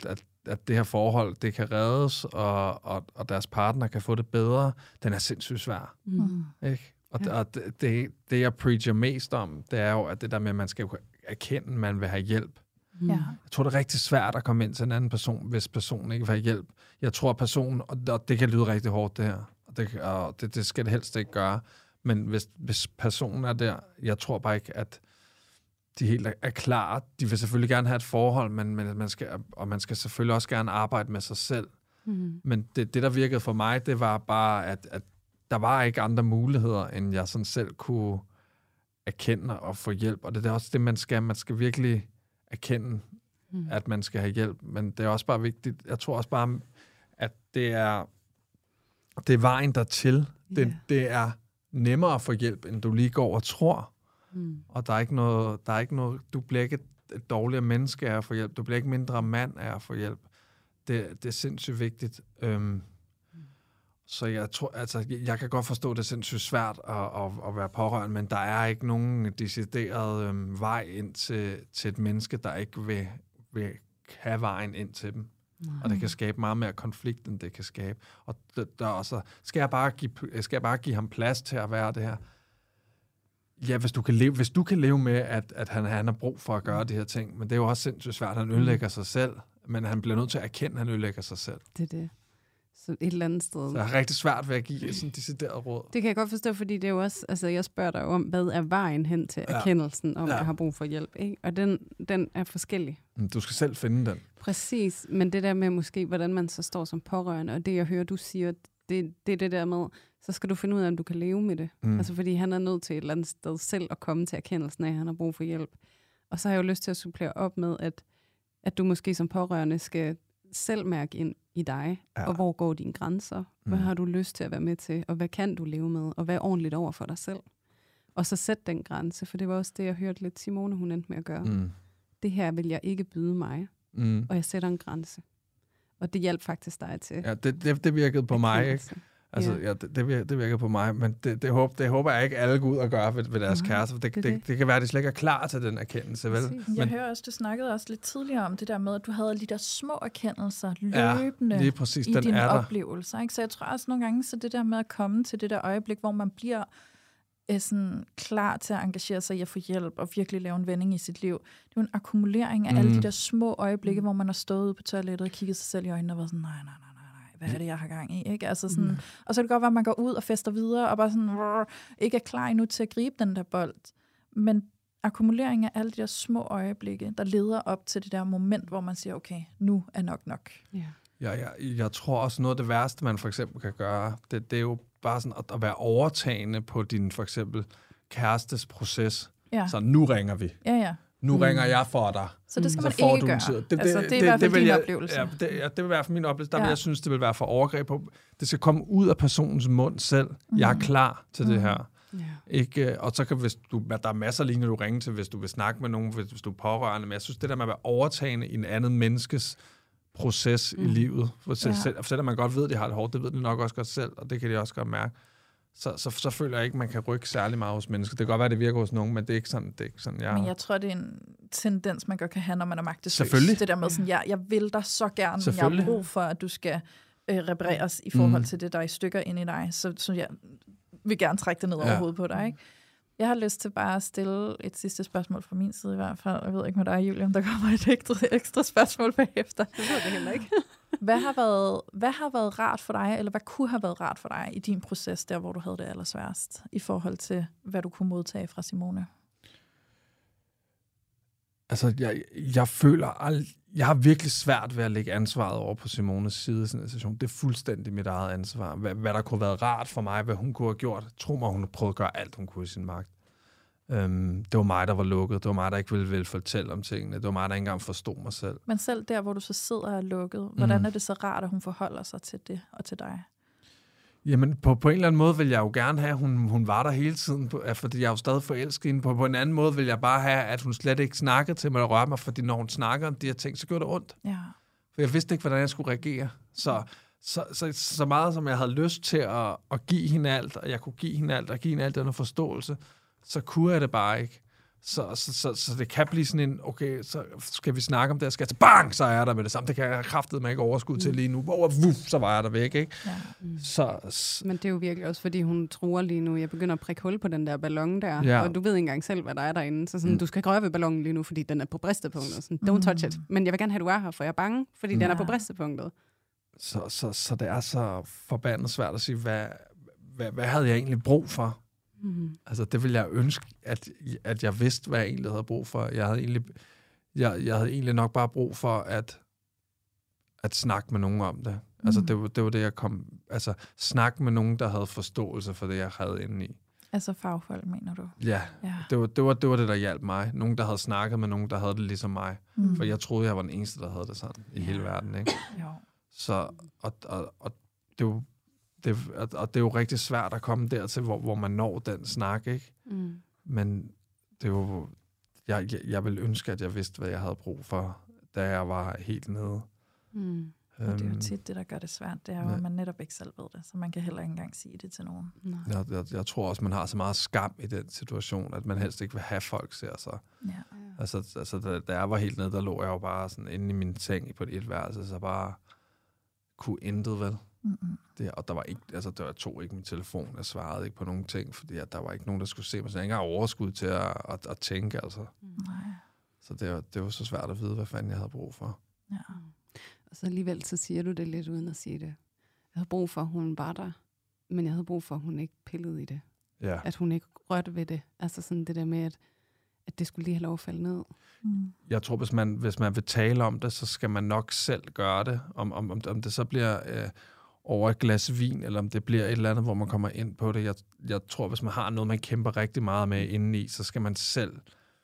at det her forhold, det kan reddes, og deres partner kan få det bedre, den er sindssygt svær. Ikke? Og det, jeg preacher mest om, det er jo, at det der med, at man skal erkende, at man vil have hjælp. Ja. Jeg tror, det er rigtig svært at komme ind til en anden person, hvis personen ikke vil have hjælp. Jeg tror, at personen, og det kan lyde rigtig hårdt, det her, og det skal det helst ikke gøre, men hvis personen er der, jeg tror bare ikke, at de helt er klar. De vil selvfølgelig gerne have et forhold, men man skal selvfølgelig også gerne arbejde med sig selv. Men det, der virkede for mig, det var bare, at der var ikke andre muligheder, end jeg sådan selv kunne erkende og få hjælp. Og det er også det, man skal. Man skal virkelig erkende, at man skal have hjælp. Men det er også bare vigtigt. Jeg tror også bare, at det er vejen dertil. Det er nemmere at få hjælp, end du lige går og tror. Og der er ikke noget, du bliver ikke et dårligere menneske af at få hjælp. Du bliver ikke mindre mand af at få hjælp. Det er sindssygt vigtigt. Så jeg tror, altså, jeg kan godt forstå, at det er sindssygt svært at være pårørende, men der er ikke nogen decideret vej ind til et menneske, der ikke vil have vejen ind til dem. Og det kan skabe meget mere konflikt, end det kan skabe. Og der også, skal jeg bare give ham plads til at være det her? Ja, hvis du kan leve med, at han har brug for at gøre de her ting, men det er jo også sindssygt svært, at han ødelægger sig selv, men han bliver nødt til at erkende, at han ødelægger sig selv. Det er det. Så et eller andet sted. Så jeg er rigtig svært ved at give sådan decideret råd. Det kan jeg godt forstå, fordi det er jo også, altså jeg spørger dig om, hvad er vejen hen til erkendelsen om, at jeg har brug for hjælp, ikke? Og den er forskellig. Du skal selv finde den. Præcis, men det der med måske, hvordan man så står som pårørende, og det jeg hører, du siger, det er det der med, så skal du finde ud af, om du kan leve med det. Altså fordi han er nødt til et eller andet sted selv at komme til erkendelsen af, at han har brug for hjælp. Og så har jeg jo lyst til at supplere op med, at du måske som pårørende skal selv mærke ind i dig, og hvor går dine grænser? Hvad har du lyst til at være med til? Og hvad kan du leve med? Og hvad er ordentligt over for dig selv? Og så sæt den grænse, for det var også det, jeg hørte lidt Simone, hun endte med at gøre. Det her vil jeg ikke byde mig, og jeg sætter en grænse. Og det hjalp faktisk dig til. Ja, det virkede på mig, ikke? Altså, det virker på mig, men det håber jeg ikke alle går ud og gør ved deres kæreste. Det kan være, at de slet ikke er klar til den erkendelse, vel? Jeg hører også, du snakkede også lidt tidligere om det der med, at du havde de der små erkendelser løbende i dine oplevelser. Ikke? Så jeg tror også nogle gange, så det der med at komme til det der øjeblik, hvor man bliver sådan klar til at engagere sig i at få hjælp og virkelig lave en vending i sit liv. Det er jo en akkumulering af alle de der små øjeblikke, hvor man har stået ude på toilettet og kigget sig selv i øjnene og været sådan, nej. Hvad er det, jeg har gang i? Ikke? Altså sådan, og så kan det godt være, at man går ud og fester videre, og bare sådan, ikke er klar endnu til at gribe den der bold. Men akkumulering af alle de der små øjeblikke, der leder op til det der moment, hvor man siger, okay, nu er nok. Jeg tror også, noget af det værste, man for eksempel kan gøre, det er jo bare sådan at være overtagende på din for eksempel kærestes proces. Ja. Så nu ringer vi. Ja. Nu ringer jeg for dig. Så det skal man ikke gøre. Det er i hvert fald din oplevelse. Det vil være for min oplevelse. Der vil jeg synes, det vil være for overgreb på. Det skal komme ud af personens mund selv. Jeg er klar til det her. Ikke, og så kan der er masser af linjer, du ringer til, hvis du vil snakke med nogen, hvis du er pårørende. Men jeg synes, det der med at være overtagende i en anden menneskes proces i livet. Selvom man godt ved, at de har det hårdt, det ved de nok også godt selv, og det kan de også godt mærke. Så føler jeg ikke, man kan rykke særlig meget hos mennesker. Det kan godt være, det virker hos nogen, men det er ikke sådan jeg... Men jeg tror, det er en tendens, man godt kan have, når man er magtesløs. Selvfølgelig. Det der med sådan, jeg vil dig så gerne, men jeg har brug for, at du skal repareres i forhold til det, der er i stykker inde i dig. Så jeg vil gerne trække det ned over hovedet på dig, ikke? Jeg har lyst til bare at stille et sidste spørgsmål fra min side i hvert fald. Jeg ved ikke med dig, Julie, om der kommer et ekstra spørgsmål bagefter. Det ved det heller ikke. Hvad har været rart for dig, eller hvad kunne have været rart for dig i din proces, der hvor du havde det allersværest, i forhold til, hvad du kunne modtage fra Simone? Altså, jeg føler, jeg har virkelig svært ved at lægge ansvaret over på Simones side i sådan en situation. Det er fuldstændig mit eget ansvar. Hvad der kunne have været rart for mig, hvad hun kunne have gjort. Tro mig, hun har prøvet at gøre alt, hun kunne i sin magt. Det var mig, der var lukket. Det var mig, der ikke ville fortælle om tingene. Det var mig, der ikke engang forstod mig selv. Men selv der, hvor du så sidder og er lukket, hvordan er det så rart, at hun forholder sig til det og til dig? Jamen, på en eller anden måde vil jeg jo gerne have, at hun var der hele tiden, fordi jeg er jo stadig forelsket hende. På en anden måde vil jeg bare have, at hun slet ikke snakkede til mig og rørte mig, fordi når hun snakker om de her ting, så gjorde det ondt. Ja. For jeg vidste ikke, hvordan jeg skulle reagere. Så meget som jeg havde lyst til at give hende alt, og jeg kunne give hende alt, og give hende alt den forståelse, så kunne jeg det bare ikke. Så det kan blive sådan en, okay, så skal vi snakke om det, skal jeg bang, så er jeg der med det samme. Det kan jeg kraftedeme ikke overskud til lige nu. Så var jeg der væk, ikke? Ja. Men det er jo virkelig også, fordi hun truer lige nu. Jeg begynder at prikke hul på den der ballon der, og du ved ikke engang selv, hvad der er derinde. Så sådan, du skal røre ved ballonen lige nu, fordi den er på bristepunktet. Sådan, don't touch it. Men jeg vil gerne have, at du er her, for jeg er bange, fordi den er på bristepunktet. Så det er så forbandet svært at sige, hvad havde jeg egentlig brug for? Altså, det ville jeg ønske, at jeg vidste, hvad jeg egentlig havde brug for. Jeg havde egentlig nok bare brug for at snakke med nogen om det. Altså, det var det, jeg kom... Altså, snakke med nogen, der havde forståelse for det, jeg havde inde i. Altså fagfolk, mener du? Ja. Det var det, der hjalp mig. Nogen, der havde snakket med nogen, der havde det ligesom mig. For jeg troede, jeg var den eneste, der havde det sådan i hele verden, ikke? Jo. Så, og det er jo rigtig svært at komme dertil, hvor man når den snak, ikke? Men det er jo... Jeg ville ønske, at jeg vidste, hvad jeg havde brug for, da jeg var helt nede. Og det er jo tit det, der gør det svært. Det er jo, at man netop ikke selv ved det, så man kan heller ikke engang sige det til nogen. Jeg tror også, man har så meget skam i den situation, at man helst ikke vil have, folk ser sig. Ja. Altså, da jeg var helt nede, der lå jeg jo bare sådan inde i min seng på et etværelse, så bare kunne intet vel. Og der var ikke, altså der tog ikke min telefon, jeg svarede ikke på nogen ting, fordi der var ikke nogen, der skulle se mig, så jeg ikke engang overskud til at tænke, altså. Så det var så svært at vide, hvad fanden jeg havde brug for. Ja. Og så alligevel, så siger du det lidt uden at sige det. Jeg havde brug for, at hun var der, men jeg havde brug for, at hun ikke pillede i det. Ja. At hun ikke rørte ved det. Altså sådan det der med, at det skulle lige have lov at falde ned. Jeg tror, hvis man vil tale om det, så skal man nok selv gøre det. Om det så bliver over et glas vin, eller om det bliver et eller andet, hvor man kommer ind på det. Jeg tror, hvis man har noget, man kæmper rigtig meget med indeni, så skal man selv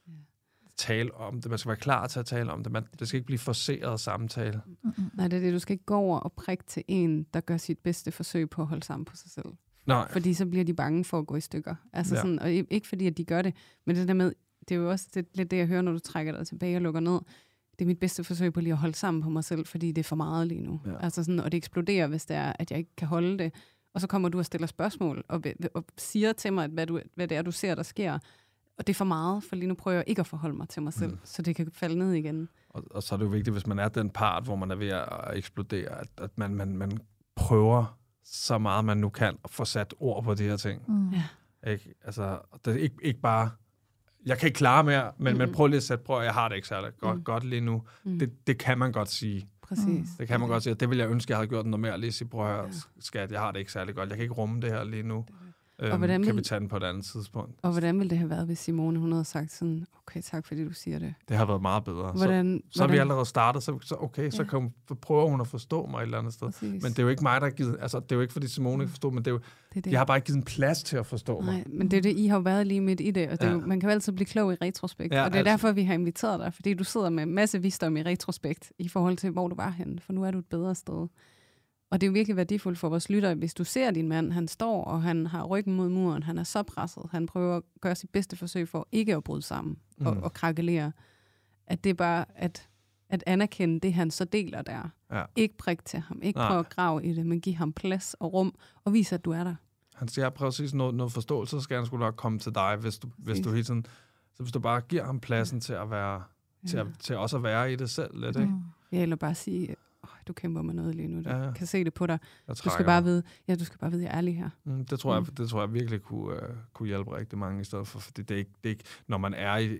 tale om det. Man skal være klar til at tale om det. Det skal ikke blive forceret samtale. Nej, det er det. Du skal ikke gå over og prikke til en, der gør sit bedste forsøg på at holde sammen på sig selv. Nej. Fordi så bliver de bange for at gå i stykker. Altså sådan, og ikke fordi, at de gør det, men det der med, det er jo også lidt det, jeg hører, når du trækker dig tilbage og lukker ned. Det er mit bedste forsøg på lige at holde sammen på mig selv, fordi det er for meget lige nu. Ja. Altså sådan, og det eksploderer, hvis det er, at jeg ikke kan holde det. Og så kommer du og stiller spørgsmål, og siger til mig, hvad det er, du ser, der sker. Og det er for meget, for lige nu prøver jeg ikke at forholde mig til mig selv, så det kan falde ned igen. Og så er det jo vigtigt, hvis man er den part, hvor man er ved at eksplodere, at man prøver så meget, man nu kan at få sat ord på de her ting. Ikke? Altså, det er ikke bare... Jeg kan ikke klare mere, men prøv lige at sætte jeg har det ikke særlig godt lige nu. Det kan man godt sige. Præcis. Det kan man godt sige. Det vil jeg ønske, jeg havde gjort noget mere. Lige sige, prøv at høre, skat, jeg har det ikke særlig godt. Jeg kan ikke rumme det her lige nu. Kan vi tage den på et andet tidspunkt? Og hvordan ville det have været, hvis Simone hun havde sagt sådan, okay, tak fordi du siger det? Det har været meget bedre. Så er vi allerede startet, så prøver hun at forstå mig et eller andet sted. Præcis. Men det er jo ikke mig, der har givet, altså det er jo ikke fordi Simone ikke forstår, men det er jo, jeg har bare ikke givet en plads til at forstå mig. Nej, men det er det, I har været lige midt i det, og det er jo, man kan jo altid blive klog i retrospekt, og det er derfor, vi har inviteret dig, fordi du sidder med en masse visdom i retrospekt, i forhold til, hvor du var henne, for nu er du et bedre sted. Og det er jo virkelig værdifuldt for vores lyttere, hvis du ser din mand, han står, og han har ryggen mod muren, han er så presset, han prøver at gøre sit bedste forsøg for ikke at bryde sammen og krakelere. At det er bare at anerkende det, han så deler der. Ja. Ikke prik til ham, ikke prøve at grave i det, men give ham plads og rum, og vise, at du er der. Han siger, præcis noget forståelse, så skal han sgu nok komme til dig, hvis du hele tiden, så hvis du bare giver ham pladsen til at være, til også at være i det selv lidt, ikke? Ja, eller bare sige, du kæmper med noget lige nu. Du kan se det på dig. Du skal bare vide, jeg er ærlig her. Det tror jeg virkelig kunne hjælpe rigtig mange i stedet for, fordi det er ikke når man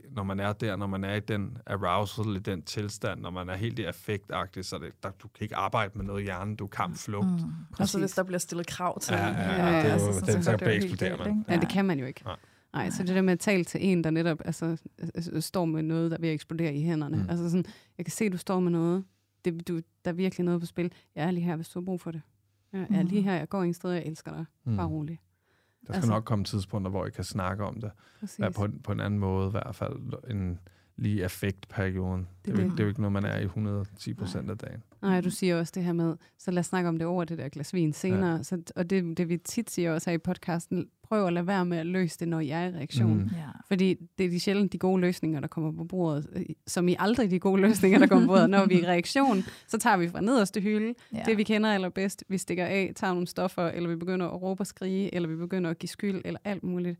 er i den arousal, i den tilstand, når man er helt i affektagtig, så du kan ikke arbejde med noget i hjernen, du er kampflugt. Altså hvis der bliver stillet krav til. Det er jo så eksploderer man. Ja, det kan man jo ikke. Nej, så det der med at tale til en, der netop står med noget, der vil eksplodere i hænderne. Altså sådan, jeg kan se, du står med noget. Der er virkelig noget på spil. Jeg er lige her, hvis du har brug for det. Jeg er lige her, jeg går ingen steder, jeg elsker dig. Bare rolig. Der skal nok komme tidspunkter, hvor I kan snakke om det. På en anden måde, i hvert fald end lige affektperioden. Det er jo ikke noget, man er i 110% af dagen. Nej, du siger også det her med, så lad os snakke om det over det der glas vin senere. Ja. Og det vi tit siger også her i podcasten, prøv at lade være med at løse det, når jeg er i reaktion. Fordi det er de sjældent de gode løsninger, der kommer på bordet, som i aldrig de gode løsninger, der kommer på bordet. Når vi er i reaktion, så tager vi fra nederste hylde det, vi kender allerbedst. Vi stikker af, tager nogle stoffer, eller vi begynder at råbe og skrige, eller vi begynder at give skyld, eller alt muligt.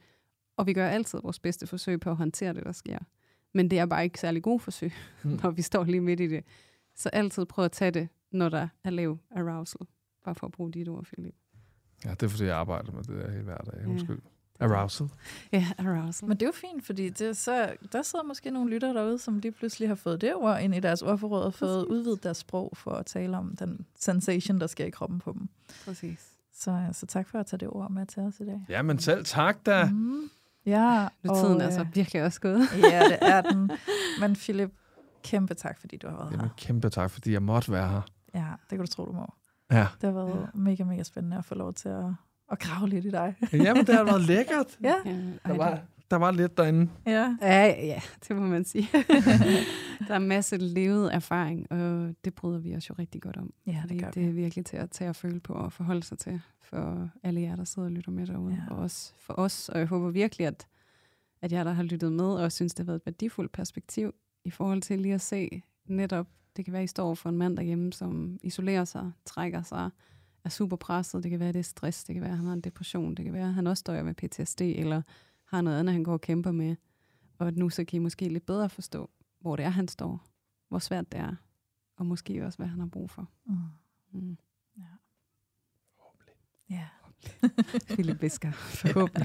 Og vi gør altid vores bedste forsøg på at håndtere det, der sker. Men det er bare ikke særlig gode forsøg, når vi står lige midt i det. Så altid prøv at tage det, når der er lav arousal. Bare for at bruge dit ord, Philip. Ja, det er fordi, jeg arbejder med det der hele hverdag. Undskyld. Arousal. Ja, arousal. Men det er jo fint, fordi der sidder måske nogle lyttere derude, som lige pludselig har fået det ord ind i deres ordforråd og fået udvidet deres sprog for at tale om den sensation, der sker i kroppen på dem. Præcis. Så tak for at tage det ord med til os i dag. Ja, men selv tak da. Ja, nu er tiden altså virkelig også gået. Ja, det er den. Men Philip, kæmpe tak, fordi du har været her. Kæmpe tak, fordi jeg måtte være her. Ja, det kan du tro, du må. Ja. Det har været mega, mega spændende at få lov til at grave lidt i dig. Jamen, det har været lækkert. Ja. Der var lidt derinde. Ja, det må man sige. Der er en masse levet erfaring, og det bryder vi os jo rigtig godt om. Ja, det gør det er virkelig til at tage og føle på og forholde sig til for alle jer, der sidder og lytter med derude. Ja. Og også for os, og jeg håber virkelig, at jer, der har lyttet med, og synes, det har været et værdifuldt perspektiv i forhold til lige at se netop, det kan være, I står for en mand derhjemme, som isolerer sig, trækker sig, er super presset, det kan være, det er stress, det kan være, han har en depression, det kan være, han også døjer med PTSD, eller har noget andet, han går og kæmper med. Og nu så kan I måske lidt bedre forstå, hvor det er, han står, hvor svært det er, og måske også, hvad han har brug for. Ja. Ja. Philip visker, forhåbentlig.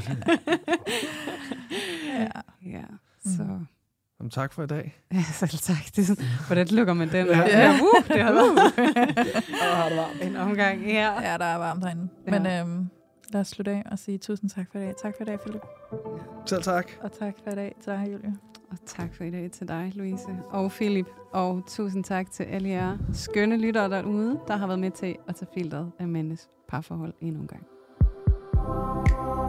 Ja. Så... Jamen, tak for i dag. Ja, selv tak. Hvordan lukker man den? Ja. Det har været varmt. En omgang. Ja, der er varmt herinde. Ja. Men lad os slutte af og sige tusind tak for i dag. Tak for i dag, Philip. Selv tak. Og tak for i dag til dig, Julie. Og tak for i dag til dig, Louise. Og Philip. Og tusind tak til alle jer skønne lyttere derude, der har været med til at tage filteret af mænds parforhold endnu en gang.